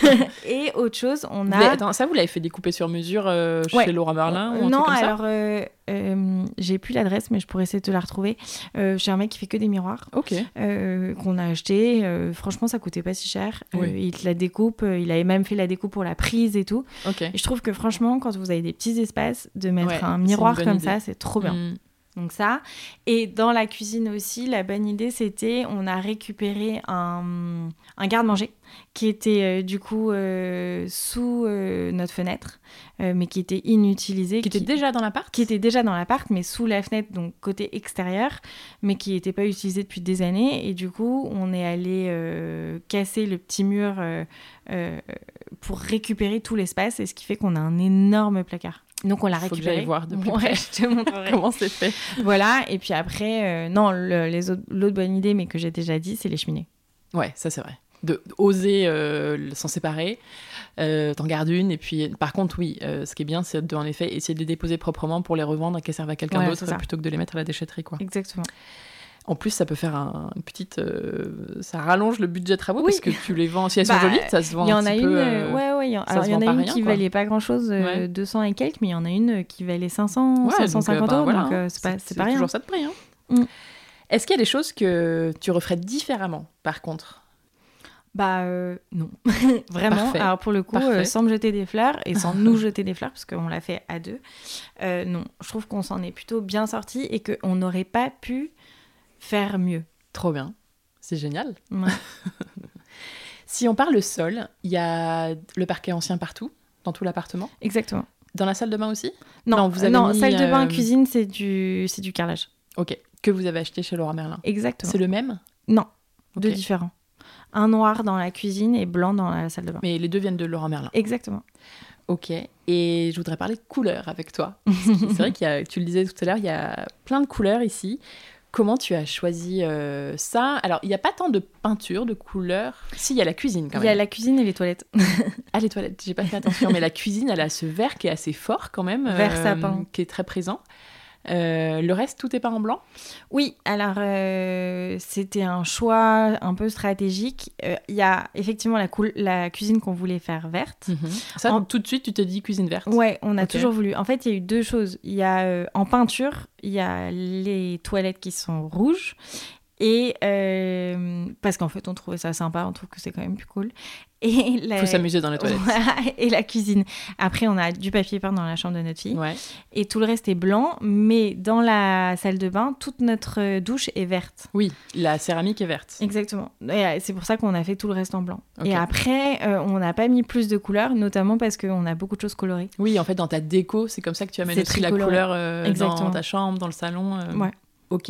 Et autre chose, on a... Mais attends, ça, vous l'avez fait découper sur mesure euh, chez ouais. Laura Merlin ou un non, truc comme alors, ça euh, euh, j'ai plus l'adresse, mais je pourrais essayer de te la retrouver. Euh, chez un mec qui fait que des miroirs. Ok. Euh, qu'on a acheté. Euh, franchement, ça coûtait pas si cher. Oui. Euh, il te la découpe. Euh, il avait même fait la découpe pour la prise et tout. Ok. Et je trouve que franchement, quand vous avez des petits espaces, de mettre ouais, un miroir comme idée. ça, c'est trop bien. Mmh. Donc ça, et dans la cuisine aussi, la bonne idée, c'était, on a récupéré un, un garde-manger qui était euh, du coup euh, sous euh, notre fenêtre, euh, mais qui était inutilisé. Qui, qui était déjà dans l'appart Qui était déjà dans l'appart, mais sous la fenêtre, donc côté extérieur, mais qui n'était pas utilisé depuis des années. Et du coup, on est allé euh, casser le petit mur euh, euh, pour récupérer tout l'espace, et ce qui fait qu'on a un énorme placard. Donc on l'a Faut récupéré. Que j'aille voir de plus ouais, près. je te montrerai. Comment c'est fait. Voilà, et puis après, euh, non, le, les autres, l'autre bonne idée, mais que j'ai déjà dit, c'est les cheminées. Ouais, ça c'est vrai. De oser euh, s'en séparer, euh, t'en gardes une, et puis par contre, oui, euh, ce qui est bien, c'est de, en effet, essayer de les déposer proprement pour les revendre et qu'elles servent à quelqu'un ouais, d'autre plutôt que de les mettre à la déchetterie, quoi. Exactement. En plus, ça peut faire un, une petite... Euh, ça rallonge le budget de travaux, oui. Parce que tu les vends... Si elles bah, sont jolies, ça se vend un petit une, peu... Euh, ouais, ouais, y en, alors, il y en a une rien, qui quoi. valait pas grand-chose, euh, ouais. deux cents et quelques, mais il y en a une qui valait cinq cents, ouais, cinq cent cinquante euros, donc, euh, bah, voilà, donc c'est, pas, c'est, c'est pas rien. C'est toujours ça de prix. Hein. Mm. Est-ce qu'il y a des choses que tu referais différemment, par contre ? Bah euh, non, vraiment. Parfait. Alors pour le coup, euh, sans me jeter des fleurs et sans nous jeter des fleurs, parce qu'on l'a fait à deux, euh, non, je trouve qu'on s'en est plutôt bien sortis et qu'on n'aurait pas pu faire mieux. Trop bien, c'est génial. Ouais. Si on parle sol, il y a le parquet ancien partout, dans tout l'appartement. Exactement. Dans la salle de bain aussi ? Non, non, vous avez non mis, salle de bain, euh... cuisine, c'est du, c'est du carrelage. Ok, que vous avez acheté chez Laura Merlin. Exactement. C'est le même ? Non, okay. deux différents. Un noir dans la cuisine et blanc dans la salle de bain. Mais les deux viennent de Laura Merlin. Exactement. Ok, et je voudrais parler de couleurs avec toi. C'est vrai qu'il y a, tu le disais tout à l'heure, il y a plein de couleurs ici. Comment tu as choisi euh, ça ? Alors, il n'y a pas tant de peinture, de couleurs. Si, il y a la cuisine quand même. Il y a la cuisine et les toilettes. Ah, les toilettes, j'ai pas fait attention. Mais la cuisine, elle a ce vert qui est assez fort quand même. Vert euh, sapin. Qui est très présent. Euh, le reste, tout est peint en blanc ? Oui, alors euh, c'était un choix un peu stratégique. Il euh, y a effectivement la, cou- la cuisine qu'on voulait faire verte. Mmh. Ça, en... tout de suite, tu t'es dit cuisine verte ? Ouais, on a okay. toujours voulu. En fait, il y a eu deux choses. Il y a euh, en peinture, il y a les toilettes qui sont rouges. Et euh, parce qu'en fait, on trouvait ça sympa, on trouve que c'est quand même plus cool. Et la... faut s'amuser dans les toilettes. Et la cuisine. Après, on a du papier peint dans la chambre de notre fille. Ouais. Et tout le reste est blanc. Mais dans la salle de bain, toute notre douche est verte. Oui, la céramique est verte. Exactement. Et c'est pour ça qu'on a fait tout le reste en blanc. Okay. Et après, euh, on n'a pas mis plus de couleurs, notamment parce qu'on a beaucoup de choses colorées. Oui, en fait, dans ta déco, c'est comme ça que tu amènes c'est aussi la coloré. couleur euh, dans ta chambre, dans le salon. Euh... Ouais. Ok.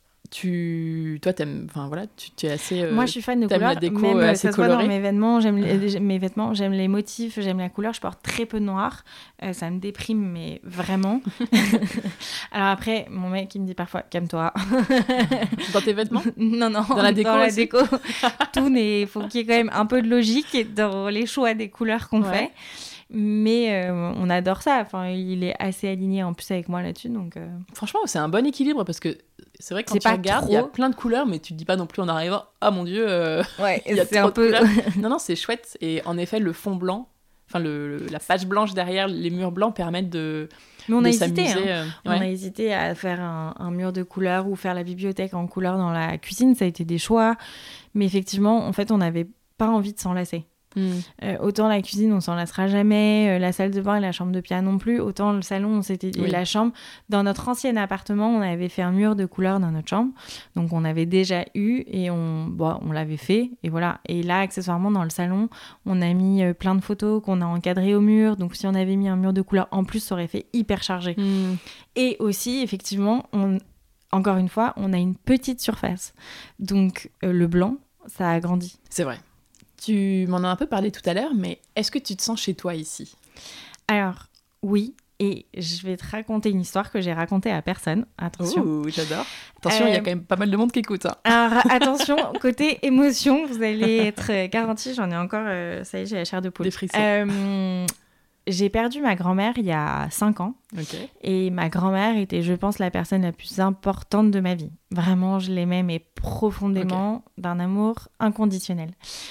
Tu, toi, t'aimes, enfin voilà, tu, tu es assez. Euh, Moi, je suis fan de couleurs. La déco même, euh, assez ça se colorée. voit dans mes vêtements, j'aime les, mes vêtements, j'aime les motifs, j'aime la couleur. Je porte très peu de noir, euh, ça me déprime, mais vraiment. Alors après, mon mec il me dit parfois, calme-toi. Dans tes vêtements ? Non, non. Dans la déco. Dans la aussi déco. Tout, il faut qu'il y ait quand même un peu de logique dans les choix des couleurs qu'on ouais. fait. Mais euh, on adore ça. Enfin, il est assez aligné en plus avec moi là-dessus. Donc, euh... Franchement, c'est un bon équilibre parce que c'est vrai que quand c'est tu pas regardes, il y a plein de couleurs, mais tu te dis pas non plus en arrivant, ah mon Dieu, euh, ouais, il y a c'est trop un de peu... couleurs. Non, non, c'est chouette. Et en effet, le fond blanc, enfin le, le, la page blanche derrière les murs blancs permettent de. Mais on de a hésité. s'amuser, Hein. euh, ouais. On a hésité à faire un, un mur de couleurs ou faire la bibliothèque en couleurs dans la cuisine. Ça a été des choix. Mais effectivement, en fait, on n'avait pas envie de s'en lasser. Mm. Euh, autant la cuisine, on s'en lassera jamais. Euh, la salle de bain et la chambre de piano non plus. Autant le salon, on s'était... oui. Et la chambre. Dans notre ancien appartement, on avait fait un mur de couleurs dans notre chambre. Donc, on avait déjà eu et on, bon, on l'avait fait. Et voilà. Et là, accessoirement, dans le salon, on a mis euh, plein de photos qu'on a encadrées au mur. Donc, si on avait mis un mur de couleurs en plus, ça aurait fait hyper chargé. Mm. Et aussi, effectivement, on... encore une fois, on a une petite surface. Donc, euh, le blanc, ça a grandi. C'est vrai. Tu m'en as un peu parlé tout à l'heure, mais est-ce que tu te sens chez toi ici ? Alors, oui. Et je vais te raconter une histoire que j'ai racontée à personne. Attention. Ouh, j'adore. Attention, il euh... y a quand même pas mal de monde qui écoute. Hein. Alors, attention, côté émotion, vous allez être garantis. J'en ai encore... Euh, ça y est, j'ai la chair de poule. Des frissons. Euh, j'ai perdu ma grand-mère il y a cinq ans. Okay. Et ma grand-mère était, je pense, la personne la plus importante de ma vie. Vraiment, je l'aimais, mais profondément, okay. d'un amour inconditionnel.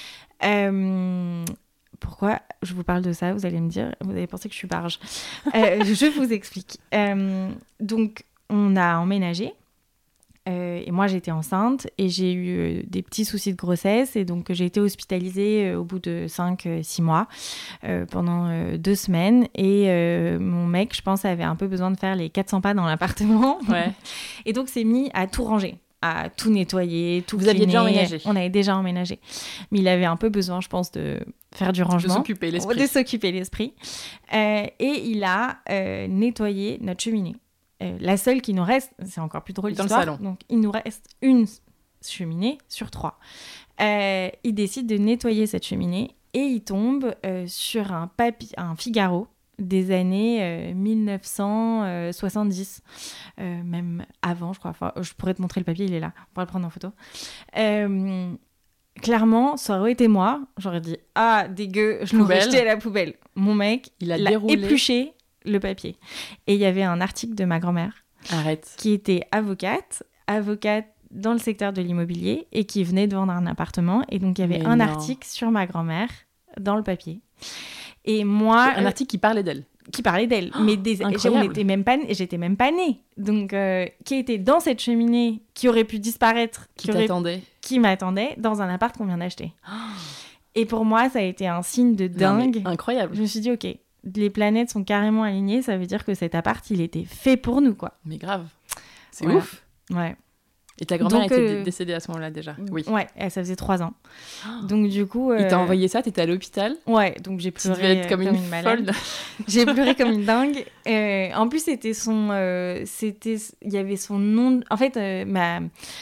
Euh, pourquoi je vous parle de ça ? Vous allez me dire, vous allez penser que je suis barge. euh, je vous explique. Euh, donc, on a emménagé. Euh, et moi, j'étais enceinte et j'ai eu euh, des petits soucis de grossesse. Et donc, j'ai été hospitalisée euh, au bout de cinq six mois euh, pendant euh, deux semaines. Et euh, mon mec, je pense, avait un peu besoin de faire les quatre cents pas dans l'appartement. Ouais. Et donc, s'est mis à tout ranger. À tout nettoyer, tout Vous cleaner. aviez déjà emménagé ? On avait déjà emménagé. Mais il avait un peu besoin, je pense, de faire du rangement. De s'occuper l'esprit. De s'occuper l'esprit. Euh, et il a euh, nettoyé notre cheminée. Euh, la seule qui nous reste, c'est encore plus drôle dans l'histoire. Le salon. Donc, il nous reste une cheminée sur trois. Euh, il décide de nettoyer cette cheminée et il tombe euh, sur un, papier, un Figaro des années euh, mille neuf cent soixante-dix, euh, même avant, je crois. Enfin, je pourrais te montrer le papier, il est là. On pourra le prendre en photo. Euh, clairement, ça aurait été moi. J'aurais dit « Ah, dégueu, je l'aurais jeté à la poubelle. » Mon mec, il a l'a déroulé. épluché le papier. Et il y avait un article de ma grand-mère Arrête. qui était avocate, avocate dans le secteur de l'immobilier et qui venait de vendre un appartement. Et donc, il y avait Mais un non. article sur ma grand-mère dans le papier. Et moi... Un article qui parlait d'elle. Qui parlait d'elle. Oh, mais des... on était même pas... j'étais même pas née. Donc, euh, qui était dans cette cheminée, qui aurait pu disparaître. Qui, qui aurait... t'attendait. Qui m'attendait dans un appart qu'on vient d'acheter. Oh. Et pour moi, ça a été un signe de dingue. Non, incroyable. Je me suis dit, OK, les planètes sont carrément alignées. Ça veut dire que cet appart, il était fait pour nous, quoi. Mais grave. C'est voilà. ouf. Ouais. Et ta grand-mère Donc, était euh... décédée à ce moment-là déjà. Oui. Ouais, ça faisait trois ans. Oh. Donc du coup... Euh... Il t'a envoyé ça, t'étais à l'hôpital. Ouais, donc j'ai pleuré tu devais être comme, comme une, une malade. folle. J'ai pleuré comme une dingue. Euh, en plus, c'était son... Euh, c'était... Il y avait son nom... En fait, euh, ma...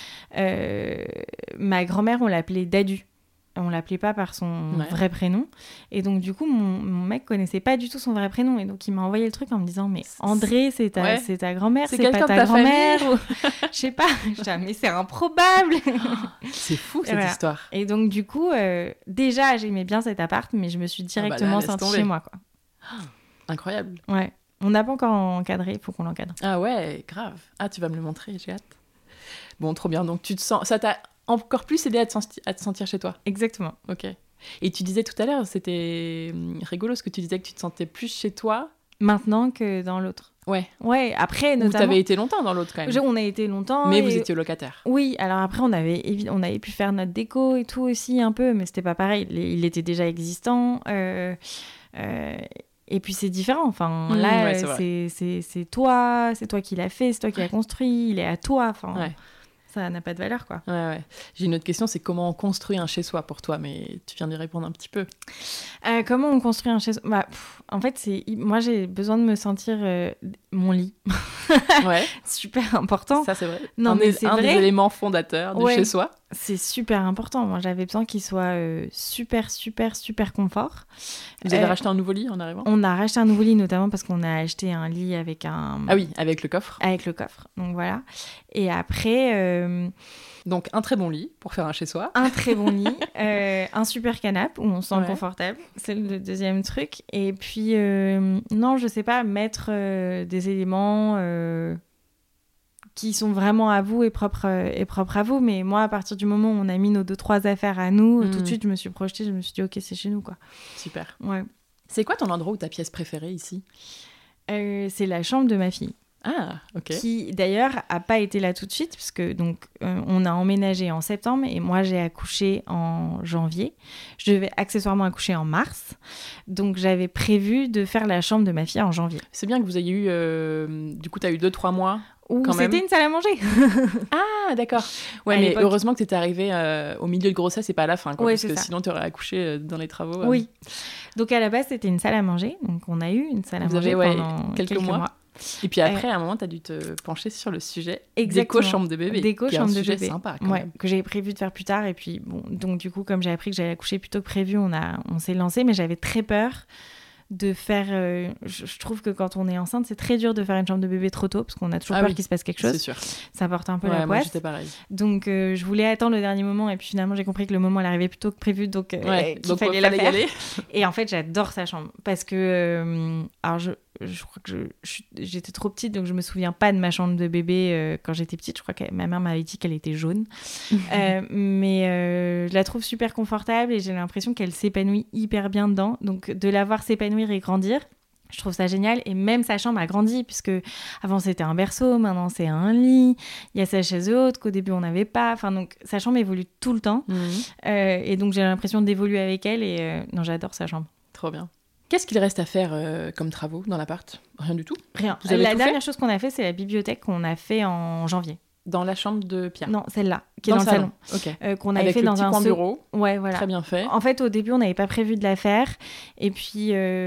Euh, ma grand-mère, on l'appelait Dadu. On l'appelait pas par son ouais. vrai prénom. Et donc, du coup, mon, mon mec connaissait pas du tout son vrai prénom. Et donc, il m'a envoyé le truc en me disant « Mais André, c'est ta, ouais. c'est ta grand-mère, c'est, c'est pas ta, ta grand-mère. » ou... Je sais pas. Je dis, mais c'est improbable. C'est fou, cette voilà. histoire. Et donc, du coup, euh, déjà, j'aimais bien cet appart, mais je me suis directement ah bah là, sentie chez moi, quoi. Oh, incroyable. Ouais. On n'a pas encore encadré, il faut qu'on l'encadre. Ah ouais, grave. Ah, tu vas me le montrer, j'ai hâte. Bon, trop bien. Donc, tu te sens... Ça t'a... encore plus aider à te, senti- à te sentir chez toi. Exactement. Ok. Et tu disais tout à l'heure, c'était rigolo ce que tu disais, que tu te sentais plus chez toi maintenant que dans l'autre. Ouais. Ouais, après notamment... Ou t'avais été longtemps dans l'autre quand même. On a été longtemps. Mais et... vous étiez locataire. Oui, alors après on avait, on avait pu faire notre déco et tout aussi un peu, mais c'était pas pareil. Il était déjà existant. Euh... Euh... Et puis c'est différent. Enfin, mmh, là, ouais, c'est, c'est, c'est, c'est toi, c'est toi qui l'as fait, c'est toi qui l'as construit, il est à toi. Enfin... Ouais. Ça n'a pas de valeur, quoi. Ouais, ouais. J'ai une autre question, c'est comment on construit un chez-soi pour toi, mais tu viens d'y répondre un petit peu. Euh, comment on construit un chez-soi bah, pff, en fait, c'est... moi, j'ai besoin de me sentir... Euh... mon lit. Ouais. Super important. Ça, c'est vrai. Non, un mais des, c'est un vrai. des éléments fondateurs de Ouais. chez soi. C'est super important. Moi, j'avais besoin qu'il soit euh, super, super, super confort. Vous avez Euh, racheté un nouveau lit en arrivant? On a racheté un nouveau lit, notamment parce qu'on a acheté un lit avec un... Ah oui, avec le coffre. Avec le coffre. Donc voilà. Et après... Euh... Donc un très bon lit pour faire un chez soi. Un très bon lit, euh, un super canapé où on se sent Ouais. confortable, c'est le deuxième truc. Et puis, euh, non, je sais pas, mettre euh, des éléments euh, qui sont vraiment à vous et propres, euh, et propres à vous. Mais moi, à partir du moment où on a mis nos deux, trois affaires à nous, Mmh. tout de suite, je me suis projetée, je me suis dit, ok, c'est chez nous, quoi. Super. Ouais. C'est quoi ton endroit ou ta pièce préférée ici? Euh, c'est la chambre de ma fille. Ah, ok. Qui d'ailleurs a pas été là tout de suite puisque donc euh, on a emménagé en septembre et moi j'ai accouché en janvier. Je devais accessoirement accoucher en mars, donc j'avais prévu de faire la chambre de ma fille en janvier. C'est bien que vous ayez eu, euh, du coup, t'as eu deux trois mois. Ou Quand c'était même. une salle à manger. Ah, d'accord. Ouais, À mais l'époque. heureusement que t'étais arrivée euh, au milieu de grossesse et pas à la fin, quoi, Ouais, parce c'est que ça. sinon t'aurais accouché euh, dans les travaux. euh. Oui. Donc à la base c'était une salle à manger, donc on a eu une salle à Vous manger avez, ouais, pendant quelques quelques, mois. mois. Et puis après, à un moment, t'as dû te pencher sur le sujet Exactement. déco chambre de bébé. Déco qui est chambre un de sujet bébé. sympa, quand Ouais, même. que j'avais prévu de faire plus tard et puis bon, donc du coup comme j'ai appris que j'allais accoucher plus tôt que prévu, on a, on s'est lancé, mais j'avais très peur de faire. Euh, je, je trouve que quand on est enceinte, c'est très dur de faire une chambre de bébé trop tôt parce qu'on a toujours Ah peur oui, qu'il se passe quelque C'est chose. sûr. Ça porte un peu Ouais, la moi poisse. j'étais pareil. Donc euh, je voulais attendre le dernier moment et puis finalement j'ai compris que le moment elle arrivait plus tôt que prévu, donc, euh, Ouais, qu'il donc fallait il la fallait y faire. aller. Et en fait j'adore sa chambre parce que euh, alors je je crois que je, je- j'étais trop petite donc je me souviens pas de ma chambre de bébé euh, quand j'étais petite. Je crois que ma mère m'avait dit qu'elle était jaune. Euh, mais euh, je la trouve super confortable et j'ai l'impression qu'elle s'épanouit hyper bien dedans. Donc de la voir s'épanouir et grandir, je trouve ça génial. Et même sa chambre a grandi puisque avant c'était un berceau, maintenant c'est un lit. Il y a sa chaise haute qu'au début on n'avait pas. Enfin donc sa chambre évolue tout le temps. Mhm. Euh, et donc j'ai l'impression d'évoluer avec elle et euh, non, j'adore sa chambre. Trop bien. Qu'est-ce qu'il reste à faire euh, comme travaux dans l'appart? Rien du tout? Rien. Vous avez La tout dernière chose qu'on a fait, c'est la bibliothèque qu'on a fait en janvier. Dans la chambre de Pierre? Non, celle-là, qui est dans le salon. Ok. Euh, qu'on avait Avec fait le dans petit un coin sec- bureau. Ouais, voilà. Très bien fait. En fait, au début, on n'avait pas prévu de la faire. Et puis,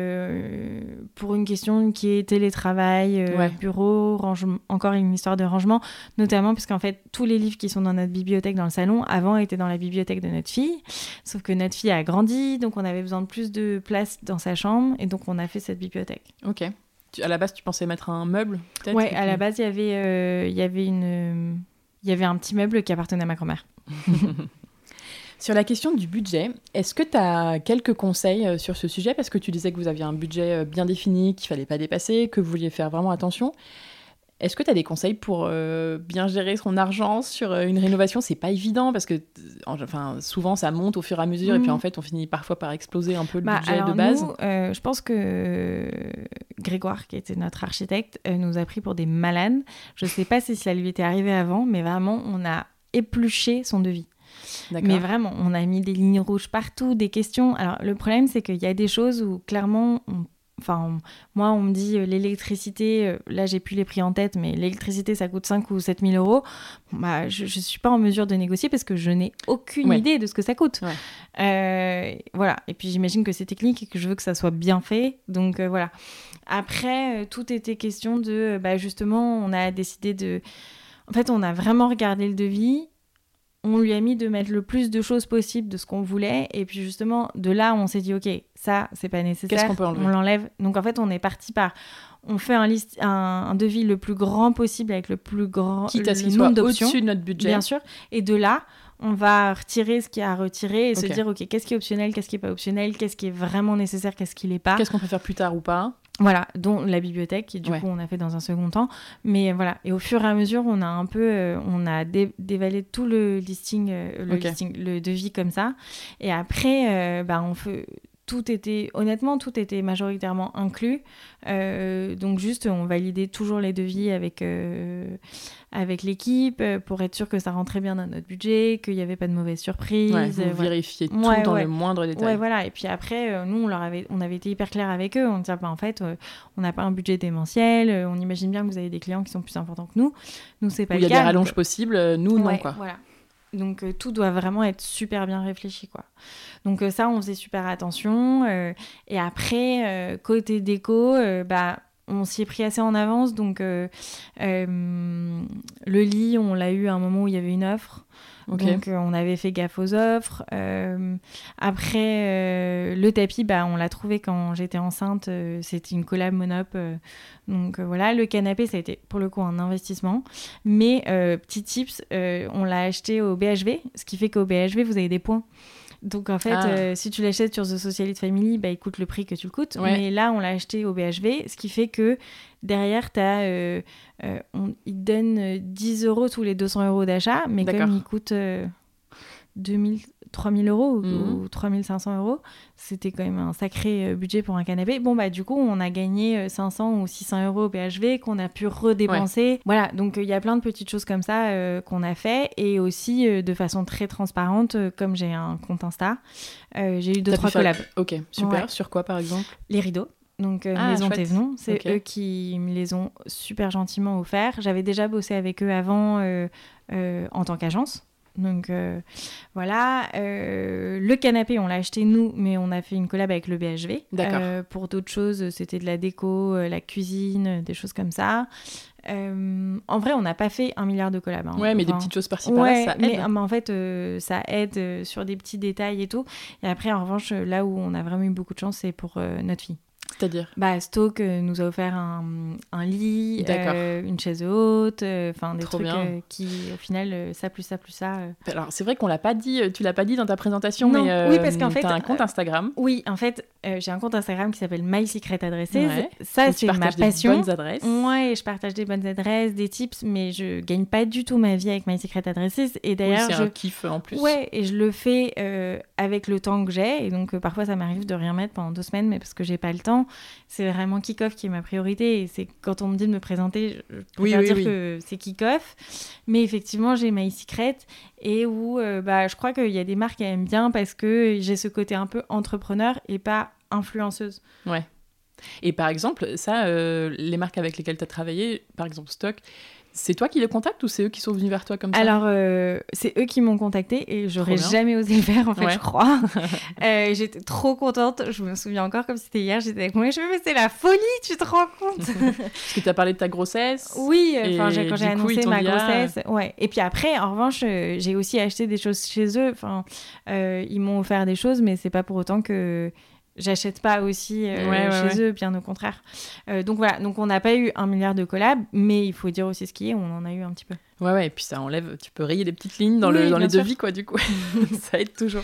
euh, pour une question qui est télétravail, euh, Ouais. bureau, rangement, encore une histoire de rangement, notamment parce qu'en fait, tous les livres qui sont dans notre bibliothèque dans le salon, avant, étaient dans la bibliothèque de notre fille. Sauf que notre fille a grandi, donc on avait besoin de plus de place dans sa chambre. Et donc, on a fait cette bibliothèque. Ok. Tu- à la base, tu pensais mettre un meuble, peut-être? Ouais, et à puis- la base, il y avait, euh, il y avait une... euh, il y avait un petit meuble qui appartenait à ma grand-mère. Sur la question du budget, est-ce que tu as quelques conseils euh, sur ce sujet? Parce que tu disais que vous aviez un budget euh, bien défini, qu'il fallait pas dépasser, que vous vouliez faire vraiment attention. Est-ce que tu as des conseils pour euh, bien gérer son argent sur euh, une rénovation? C'est pas évident parce que en- enfin, souvent ça monte au fur et à mesure et puis Mhm. en fait on finit parfois par exploser un peu le Bah, budget alors de base. nous, euh, je pense que Grégoire, qui était notre architecte, euh, nous a pris pour des malades. Je sais pas si ça lui était arrivé avant, mais vraiment, on a épluché son devis. D'accord. Mais vraiment, on a mis des lignes rouges partout, des questions. Alors, le problème, c'est qu'il y a des choses où, clairement, on- enfin, on- moi, on me dit euh, l'électricité, euh, là, j'ai plus les prix en tête, mais l'électricité, ça coûte cinq ou sept mille euros. Bon, bah, je ne suis pas en mesure de négocier parce que je n'ai aucune Ouais. idée de ce que ça coûte. Ouais. Euh, voilà. Et puis, j'imagine que c'est technique et que je veux que ça soit bien fait. Donc, euh, voilà. Après, euh, tout était question de, euh, bah, justement, on a décidé de... En fait, on a vraiment regardé le devis. On lui a mis de mettre le plus de choses possible de ce qu'on voulait. Et puis justement, de là, on s'est dit, OK, ça, c'est pas nécessaire. Qu'est-ce qu'on peut enlever ? On l'enlève. Donc en fait, on est parti par... On fait un, list... un, un devis le plus grand possible avec le plus grand Quitte à ce le qu'il nombre soit d'options. au-dessus de notre budget. Bien sûr. Et de là, on va retirer ce qu'il y a à retirer et Ok. se dire, OK, qu'est-ce qui est optionnel, qu'est-ce qui est pas optionnel, qu'est-ce qui est vraiment nécessaire, qu'est-ce qui l'est pas. Qu'est-ce qu'on peut faire plus tard ou pas ? Voilà, dont la bibliothèque, qui du Ouais. coup on a fait dans un second temps. Mais voilà, et au fur et à mesure, on a un peu, euh, on a dé- dévalé tout le listing, euh, le Ok. listing, le devis comme ça. Et après, euh, bah, on fait, tout était, honnêtement, tout était majoritairement inclus. Euh, donc juste, on validait toujours les devis avec, euh, avec l'équipe euh, pour être sûr que ça rentrait bien dans notre budget, qu'il n'y avait pas de mauvaises surprises. Ouais, vous euh, voilà. vérifiez tout Ouais, dans ouais. le moindre détail. Ouais, voilà. Et puis après, euh, nous, on, leur avait, on avait été hyper clairs avec eux. On disait, bah, en fait, euh, on n'a pas un budget démentiel. euh, on imagine bien que vous avez des clients qui sont plus importants que nous. Nous, c'est pas Où il le y a cas. des rallonges donc- possibles, euh, nous, non, Ouais, quoi. Voilà. Donc, euh, tout doit vraiment être super bien réfléchi, quoi. Donc, euh, ça, on faisait super attention. euh, et après, euh, côté déco, euh, bah, on s'y est pris assez en avance, donc euh, euh, le lit, on l'a eu à un moment où il y avait une offre. Okay. Donc, euh, on avait fait gaffe aux offres. Euh, après, euh, le tapis, bah, on l'a trouvé quand j'étais enceinte. Euh, c'était une collab Monop. Euh, donc, euh, voilà. Le canapé, ça a été, pour le coup, un investissement. Mais, euh, petit tips, euh, on l'a acheté au B H V. Ce qui fait qu'au B H V, vous avez des points. Donc, en fait, ah. euh, si tu l'achètes sur The Socialite Family, bah, il coûte le prix que tu le coûtes. Ouais. Mais là, on l'a acheté au B H V, ce qui fait que derrière, t'as, euh, euh, on, ils te donnent dix euros tous les deux cents euros d'achat, mais D'accord. comme il coûte euh, deux mille, trois mille euros mmh. ou trois mille cinq cents euros, c'était quand même un sacré budget pour un canapé. Bon, bah, du coup, on a gagné cinq cents ou six cents euros au B H V qu'on a pu redépenser. Ouais. Voilà, donc il y a plein de petites choses comme ça euh, qu'on a fait. Et aussi, euh, de façon très transparente, euh, comme j'ai un compte Insta, euh, j'ai eu deux, T'as trois collabs. Faire... Ok, super. Ouais. Sur quoi, par exemple ? Les rideaux. Donc, euh, ah, Maison Thévenon, c'est okay. eux qui me les ont super gentiment offerts. J'avais déjà bossé avec eux avant euh, euh, en tant qu'agence. Donc, euh, voilà. Euh, le canapé, on l'a acheté nous, mais on a fait une collab avec le B H V. D'accord. Euh, pour d'autres choses, c'était de la déco, euh, la cuisine, des choses comme ça. Euh, en vrai, on n'a pas fait un milliard de collabs. Hein. Ouais, mais enfin, des petites choses par-ci par-là, ouais, ça aide. Mais, mais en fait, euh, ça aide euh, sur des petits détails et tout. Et après, en revanche, là où on a vraiment eu beaucoup de chance, c'est pour euh, notre fille. C'est-à-dire bah, Stoke euh, nous a offert un, un lit, euh, une chaise haute, enfin euh, des Trop trucs euh, qui, au final, euh, ça plus ça plus ça. Euh... Alors, c'est vrai qu'on l'a pas dit, tu l'as pas dit dans ta présentation, non. mais euh, oui, parce qu'en fait, t'as un compte Instagram. Euh, oui, en fait, euh, j'ai un compte Instagram qui s'appelle My Secret Addresses. Ouais. Ça, c'est ma passion. Des bonnes adresses. Ouais, je partage des bonnes adresses, des tips, mais je gagne pas du tout ma vie avec My Secret Addresses. Et d'ailleurs, oui, c'est je... un kiff en plus. Ouais, et je le fais euh, avec le temps que j'ai, et donc euh, parfois ça m'arrive de rien mettre pendant deux semaines, mais parce que j'ai pas le temps. C'est vraiment Kickoff qui est ma priorité, et c'est quand on me dit de me présenter, je préfère oui, oui, dire oui. que c'est Kickoff, mais effectivement j'ai My Secret, et où euh, bah, je crois qu'il y a des marques qui aiment bien parce que j'ai ce côté un peu entrepreneur et pas influenceuse. Ouais. Et par exemple, ça, euh, les marques avec lesquelles tu as travaillé, par exemple Stock, c'est toi qui les contactes ou c'est eux qui sont venus vers toi comme ça ? Alors, euh, c'est eux qui m'ont contactée et j'aurais jamais osé le faire, en fait, ouais. je crois. euh, j'étais trop contente. Je me souviens encore comme si c'était hier. J'étais avec moi et je me mais c'est la folie, tu te rends compte ? Parce que tu as parlé de ta grossesse. Oui, enfin, j'ai, quand j'ai annoncé coup, ma dit, grossesse. Ah... Ouais. Et puis après, en revanche, euh, j'ai aussi acheté des choses chez eux. Enfin, euh, ils m'ont offert des choses, mais c'est pas pour autant que... j'achète pas aussi euh, ouais, ouais, chez ouais. eux, bien au contraire. Euh, donc voilà, donc on n'a pas eu un milliard de collabs, mais il faut dire aussi ce qui est, on en a eu un petit peu. Ouais, ouais, et puis ça enlève, tu peux rayer des petites lignes dans, oui, le, dans les sûr. devis, quoi, du coup. Ça aide toujours.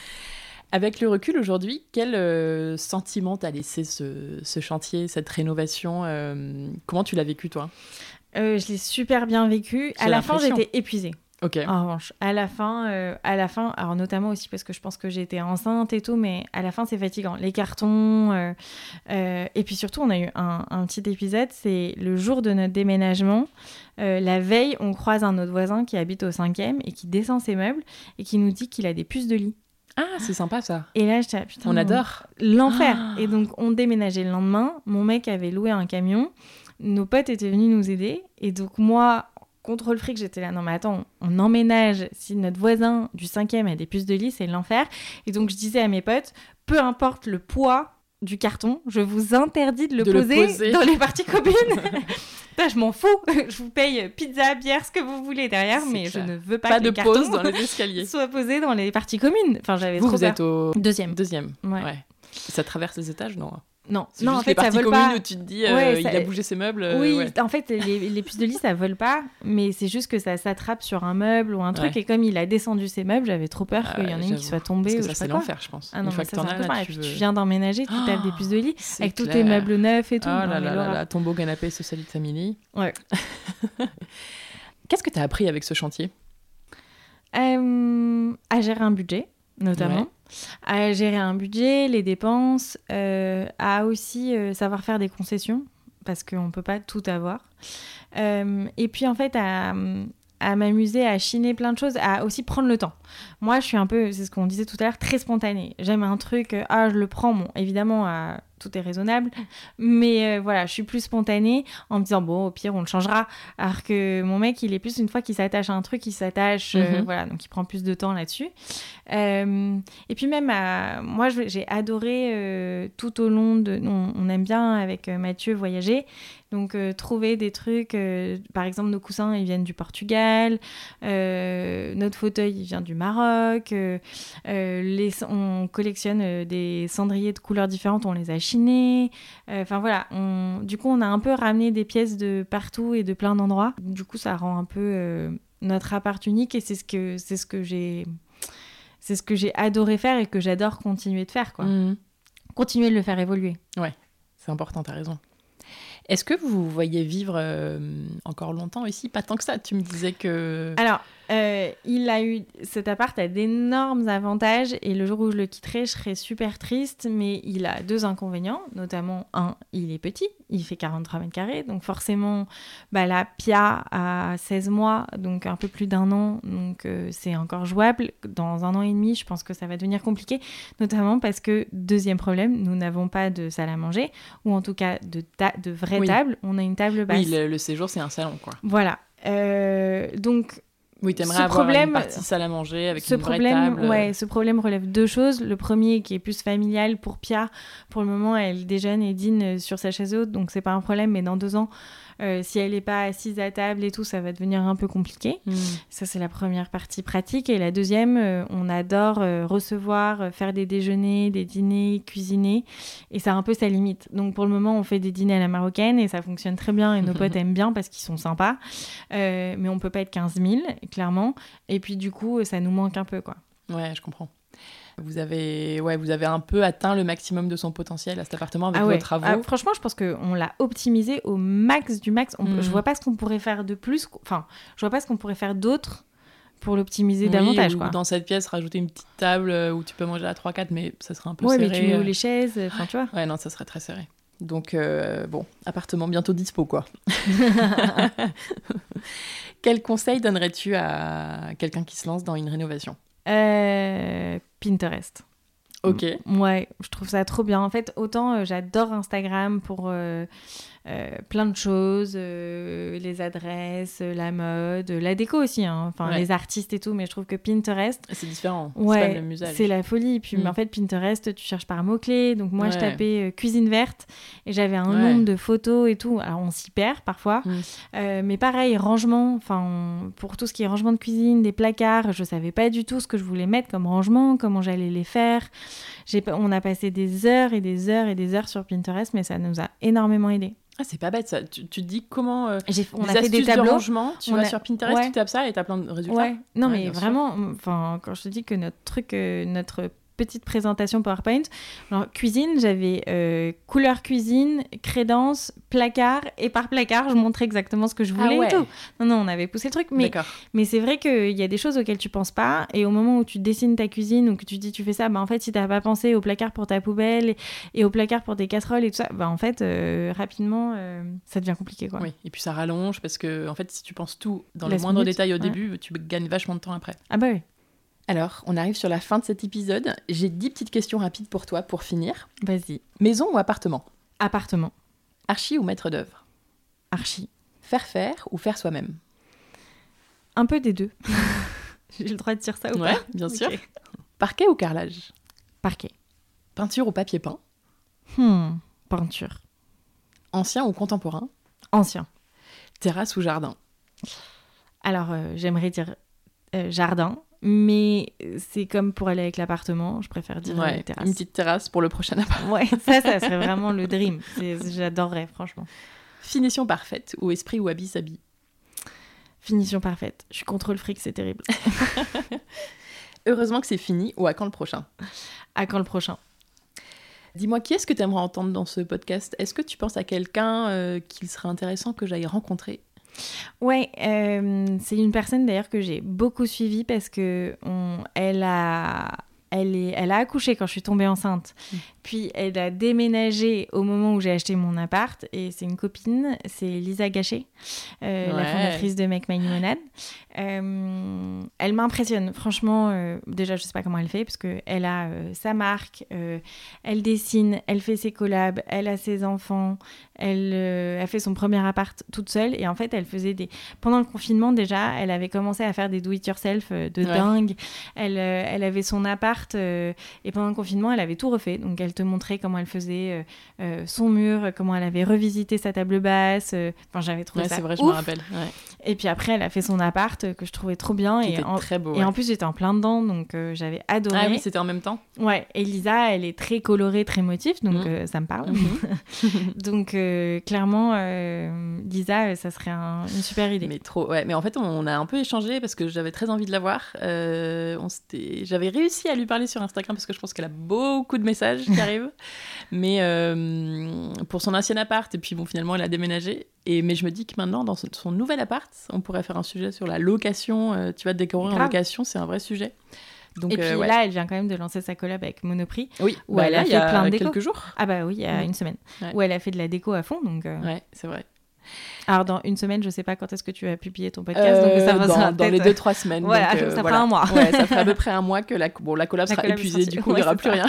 Avec le recul aujourd'hui, quel euh, sentiment t'a laissé ce, ce chantier, cette rénovation euh, comment tu l'as vécu, toi ? euh, Je l'ai super bien vécu. J'ai à la fin, j'étais épuisée. Ok. En revanche, à la fin, euh, à la fin, alors notamment aussi parce que je pense que j'étais enceinte et tout, mais à la fin c'est fatigant. Les cartons, euh, euh, et puis surtout on a eu un, un petit épisode, c'est le jour de notre déménagement. Euh, la veille, on croise un autre voisin qui habite au cinquième et qui descend ses meubles et qui nous dit qu'il a des puces de lit. Ah, c'est sympa ça. Et là, j'étais putain. On adore. L'enfer. Ah. Et donc on déménageait le lendemain. Mon mec avait loué un camion. Nos potes étaient venus nous aider et donc moi. Contre le fric, j'étais là, non mais attends, on emménage, si notre voisin du cinquième a des puces de lit, c'est l'enfer. Et donc je disais à mes potes, peu importe le poids du carton, je vous interdis de le, de poser, le poser dans les parties communes. Là, je m'en fous, je vous paye pizza, bière, ce que vous voulez derrière, c'est mais clair. Je ne veux pas, pas que de les cartons pause dans les escaliers soient posés dans les parties communes. Enfin, j'avais vous, trop vous peur. Êtes au deuxième. Deuxième, ouais. ouais. Ça traverse les étages, non ? Non, c'est non juste en fait, les parties ça vole communes pas. Où tu te dis, euh, ouais, il ça... a bougé ses meubles. Euh, oui, ouais. En fait, les, les puces de lit, ça vole pas, mais c'est juste que ça s'attrape sur un meuble ou un truc. Ouais. Et comme il a descendu ses meubles, j'avais trop peur qu'il y en ait une qui soit tombée. Parce que ou ça, c'est quoi. l'enfer, je pense. Ah non, une fois mais que ça, t'en as, là, et tu puis veux... tu viens d'emménager, tu oh, tapes des puces de lit avec clair. Tous tes meubles neufs et tout. Oh non, là là là là, ton beau canapé Socialite Family. Ouais. Qu'est-ce que t'as appris avec ce chantier ? euh, À gérer un budget, notamment. Ouais. À gérer un budget, les dépenses, euh, à aussi euh, savoir faire des concessions, parce qu'on ne peut pas tout avoir. Euh, et puis, en fait, à, à m'amuser, à chiner plein de choses, à aussi prendre le temps. Moi, je suis un peu, c'est ce qu'on disait tout à l'heure, très spontanée. J'aime un truc, ah, je le prends, bon, évidemment, à tout est raisonnable. Mais euh, voilà, je suis plus spontanée en me disant, bon, au pire, on le changera. Alors que mon mec, il est plus, une fois qu'il s'attache à un truc, il s'attache, euh, mm-hmm. voilà, donc il prend plus de temps là-dessus. Euh, et puis même, à, moi, je, j'ai adoré euh, tout au long de... On, on aime bien, avec euh, Mathieu, voyager. Donc, euh, trouver des trucs, euh, par exemple, nos coussins, ils viennent du Portugal, euh, notre fauteuil, il vient du Maroc, euh, euh, les, on collectionne euh, des cendriers de couleurs différentes, on les a chinés. Enfin, euh, voilà, on, du coup, on a un peu ramené des pièces de partout et de plein d'endroits. Du coup, ça rend un peu euh, notre appart unique et c'est ce que, c'est ce que j'ai... C'est ce que j'ai adoré faire et que j'adore continuer de faire, quoi. Mmh. Continuer de le faire évoluer. Ouais, c'est important, t'as raison. Est-ce que vous voyez vivre euh, encore longtemps ici ? Pas tant que ça, tu me disais que... Alors, euh, il a eu... Cet appart a d'énormes avantages et le jour où je le quitterai, je serai super triste, mais il a deux inconvénients, notamment un, il est petit, il fait quarante-trois mètres carrés, donc forcément, bah, la Pia a seize mois, donc un peu plus d'un an, donc euh, c'est encore jouable. Dans un an et demi, je pense que ça va devenir compliqué, notamment parce que, deuxième problème, nous n'avons pas de salle à manger, ou en tout cas de, ta- de vraie oui. table, on a une table basse. Oui, le, le séjour, c'est un salon, quoi. Voilà. Euh, donc... Oui, t'aimerais ce avoir problème, une partie salle à manger avec ce une vraie problème, table. Ouais, ce problème relève deux choses. Le premier, qui est plus familial pour Pia. Pour le moment, elle déjeune et dîne sur sa chaise haute, donc c'est pas un problème. Mais dans deux ans, euh, si elle n'est pas assise à table et tout, ça va devenir un peu compliqué. Mmh. Ça, c'est la première partie pratique. Et la deuxième, euh, on adore euh, recevoir, euh, faire des déjeuners, des dîners, cuisiner. Et ça a un peu sa limite. Donc pour le moment, on fait des dîners à la marocaine et ça fonctionne très bien. Et nos potes aiment bien parce qu'ils sont sympas. Euh, mais on peut pas être quinze mille, clairement. Et puis du coup, ça nous manque un peu, quoi. Ouais, je comprends. Vous avez, ouais, vous avez un peu atteint le maximum de son potentiel à cet appartement avec ah ouais. vos travaux. Ah, franchement, je pense qu'on l'a optimisé au max du max. On, mmh. Je vois pas ce qu'on pourrait faire de plus. Enfin, je vois pas ce qu'on pourrait faire d'autre pour l'optimiser oui, davantage. Ou quoi. Dans cette pièce, rajouter une petite table où tu peux manger à trois quatre, mais ça serait un peu ouais, serré. Ouais, mais tu mets où les chaises, enfin, tu vois. Ouais, non, ça serait très serré. Donc, euh, bon, appartement bientôt dispo, quoi. Quel conseil donnerais-tu à quelqu'un qui se lance dans une rénovation ? euh, Pinterest. Ok. Ouais, je trouve ça trop bien. En fait, autant euh, j'adore Instagram pour euh, euh, plein de choses, euh, les adresses, la mode, la déco aussi, hein, enfin ouais. les artistes et tout, mais je trouve que Pinterest... C'est différent, ouais, c'est pas le même usage. C'est la folie. Puis mm. en fait, Pinterest, tu cherches par mots-clés. Donc moi, ouais. je tapais euh, cuisine verte et j'avais un ouais. nombre de photos et tout. Alors on s'y perd parfois. Mm. Euh, mais pareil, rangement, enfin, pour tout ce qui est rangement de cuisine, des placards, je savais pas du tout ce que je voulais mettre comme rangement, comment j'allais les faire. J'ai, on a passé des heures et des heures et des heures sur Pinterest, mais ça nous a énormément aidé. Ah, c'est pas bête ça. Tu, tu te dis comment euh, J'ai, on des a fait des tableaux de rangement, tu on vas a... sur Pinterest, ouais. tu tapes ça et t'as plein de résultats. Ouais. Non ouais, mais vraiment, enfin quand je te dis que notre truc, euh, notre petite présentation PowerPoint, alors cuisine, j'avais euh, couleur cuisine, crédence, placard et par placard, je montrais exactement ce que je voulais ah ouais. et tout. Non non, on avait poussé le truc, mais D'accord. mais c'est vrai qu'il y a des choses auxquelles tu penses pas et au moment où tu dessines ta cuisine ou que tu dis tu fais ça, bah en fait si t'as pas pensé au placard pour ta poubelle et, et au placard pour tes casseroles et tout ça, bah en fait euh, rapidement euh, ça devient compliqué quoi. Oui, et puis ça rallonge parce que en fait si tu penses tout dans La le moindre minute, détail au ouais. début, tu gagnes vachement de temps après. Ah bah oui. Alors, on arrive sur la fin de cet épisode. J'ai dix petites questions rapides pour toi pour finir. Vas-y. Maison ou appartement ? Appartement. Archi ou maître d'œuvre ? Archi. Faire faire ou faire soi-même ? Un peu des deux. J'ai le droit de dire ça ou ouais, pas ? bien sûr. Okay. Parquet ou carrelage ? Parquet. Peinture ou papier peint ? Hmm, peinture. Ancien ou contemporain ? Ancien. Terrasse ou jardin ? Alors, euh, j'aimerais dire euh, jardin, mais c'est comme pour aller avec l'appartement, je préfère dire ouais, euh, terrasse. Une petite terrasse pour le prochain appart. Ouais, ça, ça serait vraiment le dream. C'est, j'adorerais, franchement. Finition parfaite ou esprit ou habit s'habille ? Finition parfaite. Je suis contre le fric, c'est terrible. Heureusement que c'est fini, ou à quand le prochain ? À quand le prochain ? Dis-moi, qui est-ce que tu aimerais entendre dans ce podcast ? Est-ce que tu penses à quelqu'un euh, qu'il serait intéressant que j'aille rencontrer ? Ouais, euh, c'est une personne d'ailleurs que j'ai beaucoup suivie parce que on, elle a, elle est, elle a accouché quand je suis tombée enceinte. Mmh. Puis elle a déménagé au moment où j'ai acheté mon appart et c'est une copine, c'est Lisa Gachet, euh, ouais. la fondatrice de Make My Limonade. Euh, elle m'impressionne, franchement. Euh, déjà, je sais pas comment elle fait parce que elle a euh, sa marque, euh, elle dessine, elle fait ses collabs, elle a ses enfants, elle euh, a fait son premier appart toute seule et en fait, elle faisait des. Pendant le confinement déjà, elle avait commencé à faire des do-it-yourself euh, de ouais. dingue. Elle, euh, elle avait son appart euh, et pendant le confinement, elle avait tout refait. Donc, elle te montrait comment elle faisait euh, euh, son mur, comment elle avait revisité sa table basse. Euh... Enfin, j'avais trouvé ouais, ça c'est vrai, ouf. je me rappelle. Ouais. Et puis après, elle a fait son appart euh, que je trouvais trop bien. Qui et était en... très beau. Et ouais. en plus, j'étais en plein dedans, donc euh, j'avais adoré. Ah oui, c'était en même temps. Ouais, et Lisa, elle est très colorée, très motif, donc mmh. euh, ça me parle. Mmh. donc euh, clairement, euh, Lisa, ça serait un, une super idée. Mais trop, ouais. Mais en fait, on a un peu échangé parce que j'avais très envie de la voir. Euh, on j'avais réussi à lui parler sur Instagram parce que je pense qu'elle a beaucoup de messages qui arrivent. Mais euh, pour son ancien appart, et puis bon, finalement, elle a déménagé. Et, mais je me dis que maintenant, dans son, son nouvel appart, on pourrait faire un sujet sur la location. Euh, tu vas te décorer Grave. en location, c'est un vrai sujet. Donc, et puis euh, ouais. là, elle vient quand même de lancer sa collab avec Monoprix. Oui, où bah elle là, a fait il y a plein de déco. quelques jours. Ah bah oui, il y a mmh. une semaine. Ouais. Où elle a fait de la déco à fond. Donc, euh... ouais, c'est vrai. Alors, dans une semaine, je sais pas quand est-ce que tu vas publier ton podcast. Euh, donc ça va dans, dans les deux trois semaines. Voilà, donc, euh, ça voilà. fera un mois. Ouais, ça fera à peu près un mois que la, bon, la collab la sera collab épuisée, du coup, ouais, il n'y aura plus ça. rien.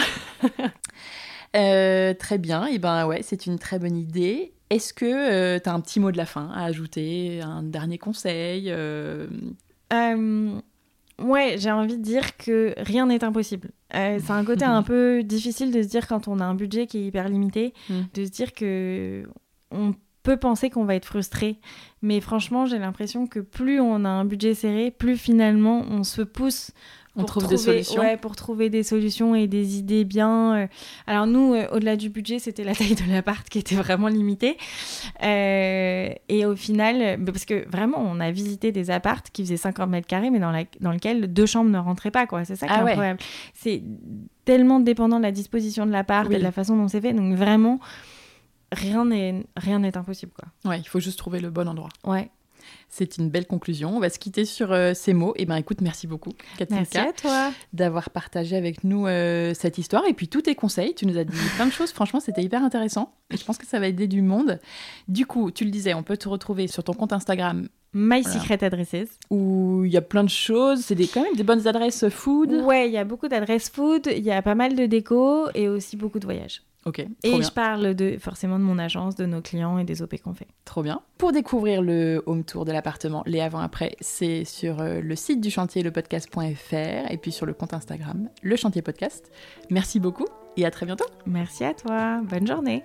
euh, très bien, et ben ouais, c'est une très bonne idée. Est-ce que euh, tu as un petit mot de la fin à ajouter, un dernier conseil euh... Euh... Ouais, j'ai envie de dire que rien n'est impossible. Euh, c'est un côté un peu difficile de se dire quand on a un budget qui est hyper limité, mm. de se dire que on peut penser qu'on va être frustré. Mais franchement, j'ai l'impression que plus on a un budget serré, plus finalement on se pousse on pour trouve trouver, des solutions. Ouais, pour trouver des solutions et des idées bien. Alors nous, euh, au-delà du budget, c'était la taille de l'appart qui était vraiment limitée. Euh, et au final, parce que vraiment, on a visité des apparts qui faisaient cinquante mètres carrés, mais dans, la, dans lesquels deux chambres ne rentraient pas, quoi. C'est ça qui est ah incroyable. Ouais. C'est tellement dépendant de la disposition de l'appart oui. et de la façon dont c'est fait. Donc vraiment, rien n'est, rien n'est impossible, quoi. Ouais, il faut juste trouver le bon endroit. Ouais. C'est une belle conclusion. On va se quitter sur euh, ces mots. Et ben, écoute, merci beaucoup, Katinka, merci à toi d'avoir partagé avec nous euh, cette histoire et puis tous tes conseils. Tu nous as dit plein de choses. Franchement, c'était hyper intéressant. Et je pense que ça va aider du monde. Du coup, tu le disais, on peut te retrouver sur ton compte Instagram. My voilà. Secret Addresses. Où il y a plein de choses. C'est des, quand même des bonnes adresses food. Ouais, il y a beaucoup d'adresses food. Il y a pas mal de déco et aussi beaucoup de voyages. Ok. Et bien. je parle de, forcément de mon agence, de nos clients et des O P qu'on fait. Trop bien. Pour découvrir le home tour de l'appartement, les avant-après, c'est sur euh, le site du chantier, lepodcast point f r et puis sur le compte Instagram, le chantier podcast. Merci beaucoup et à très bientôt. Merci à toi. Bonne journée.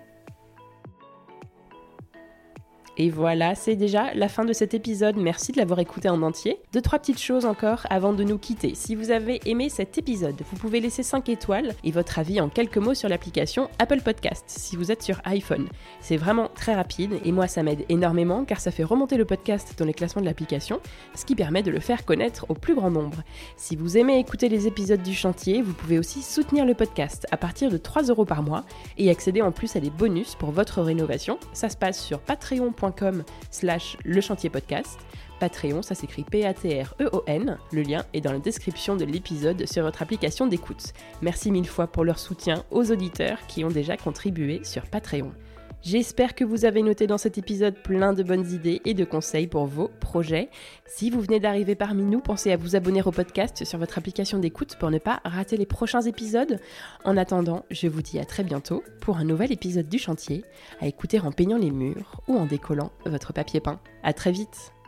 Et voilà, c'est déjà la fin de cet épisode. Merci de l'avoir écouté en entier. Deux, trois petites choses encore avant de nous quitter. Si vous avez aimé cet épisode, vous pouvez laisser cinq étoiles et votre avis en quelques mots sur l'application Apple Podcast si vous êtes sur iPhone. C'est vraiment très rapide et moi ça m'aide énormément car ça fait remonter le podcast dans les classements de l'application, ce qui permet de le faire connaître au plus grand nombre. Si vous aimez écouter les épisodes du chantier, vous pouvez aussi soutenir le podcast à partir de trois euros par mois et accéder en plus à des bonus pour votre rénovation. Ça se passe sur patreon point com slash le chantier podcast. Patreon, ça s'écrit P A T R E O N. Le lien est dans la description de l'épisode sur votre application d'écoute. Merci mille fois pour leur soutien aux auditeurs qui ont déjà contribué sur Patreon. J'espère que vous avez noté dans cet épisode plein de bonnes idées et de conseils pour vos projets. Si vous venez d'arriver parmi nous, pensez à vous abonner au podcast sur votre application d'écoute pour ne pas rater les prochains épisodes. En attendant, je vous dis à très bientôt pour un nouvel épisode du chantier, à écouter en peignant les murs ou en décollant votre papier peint. À très vite!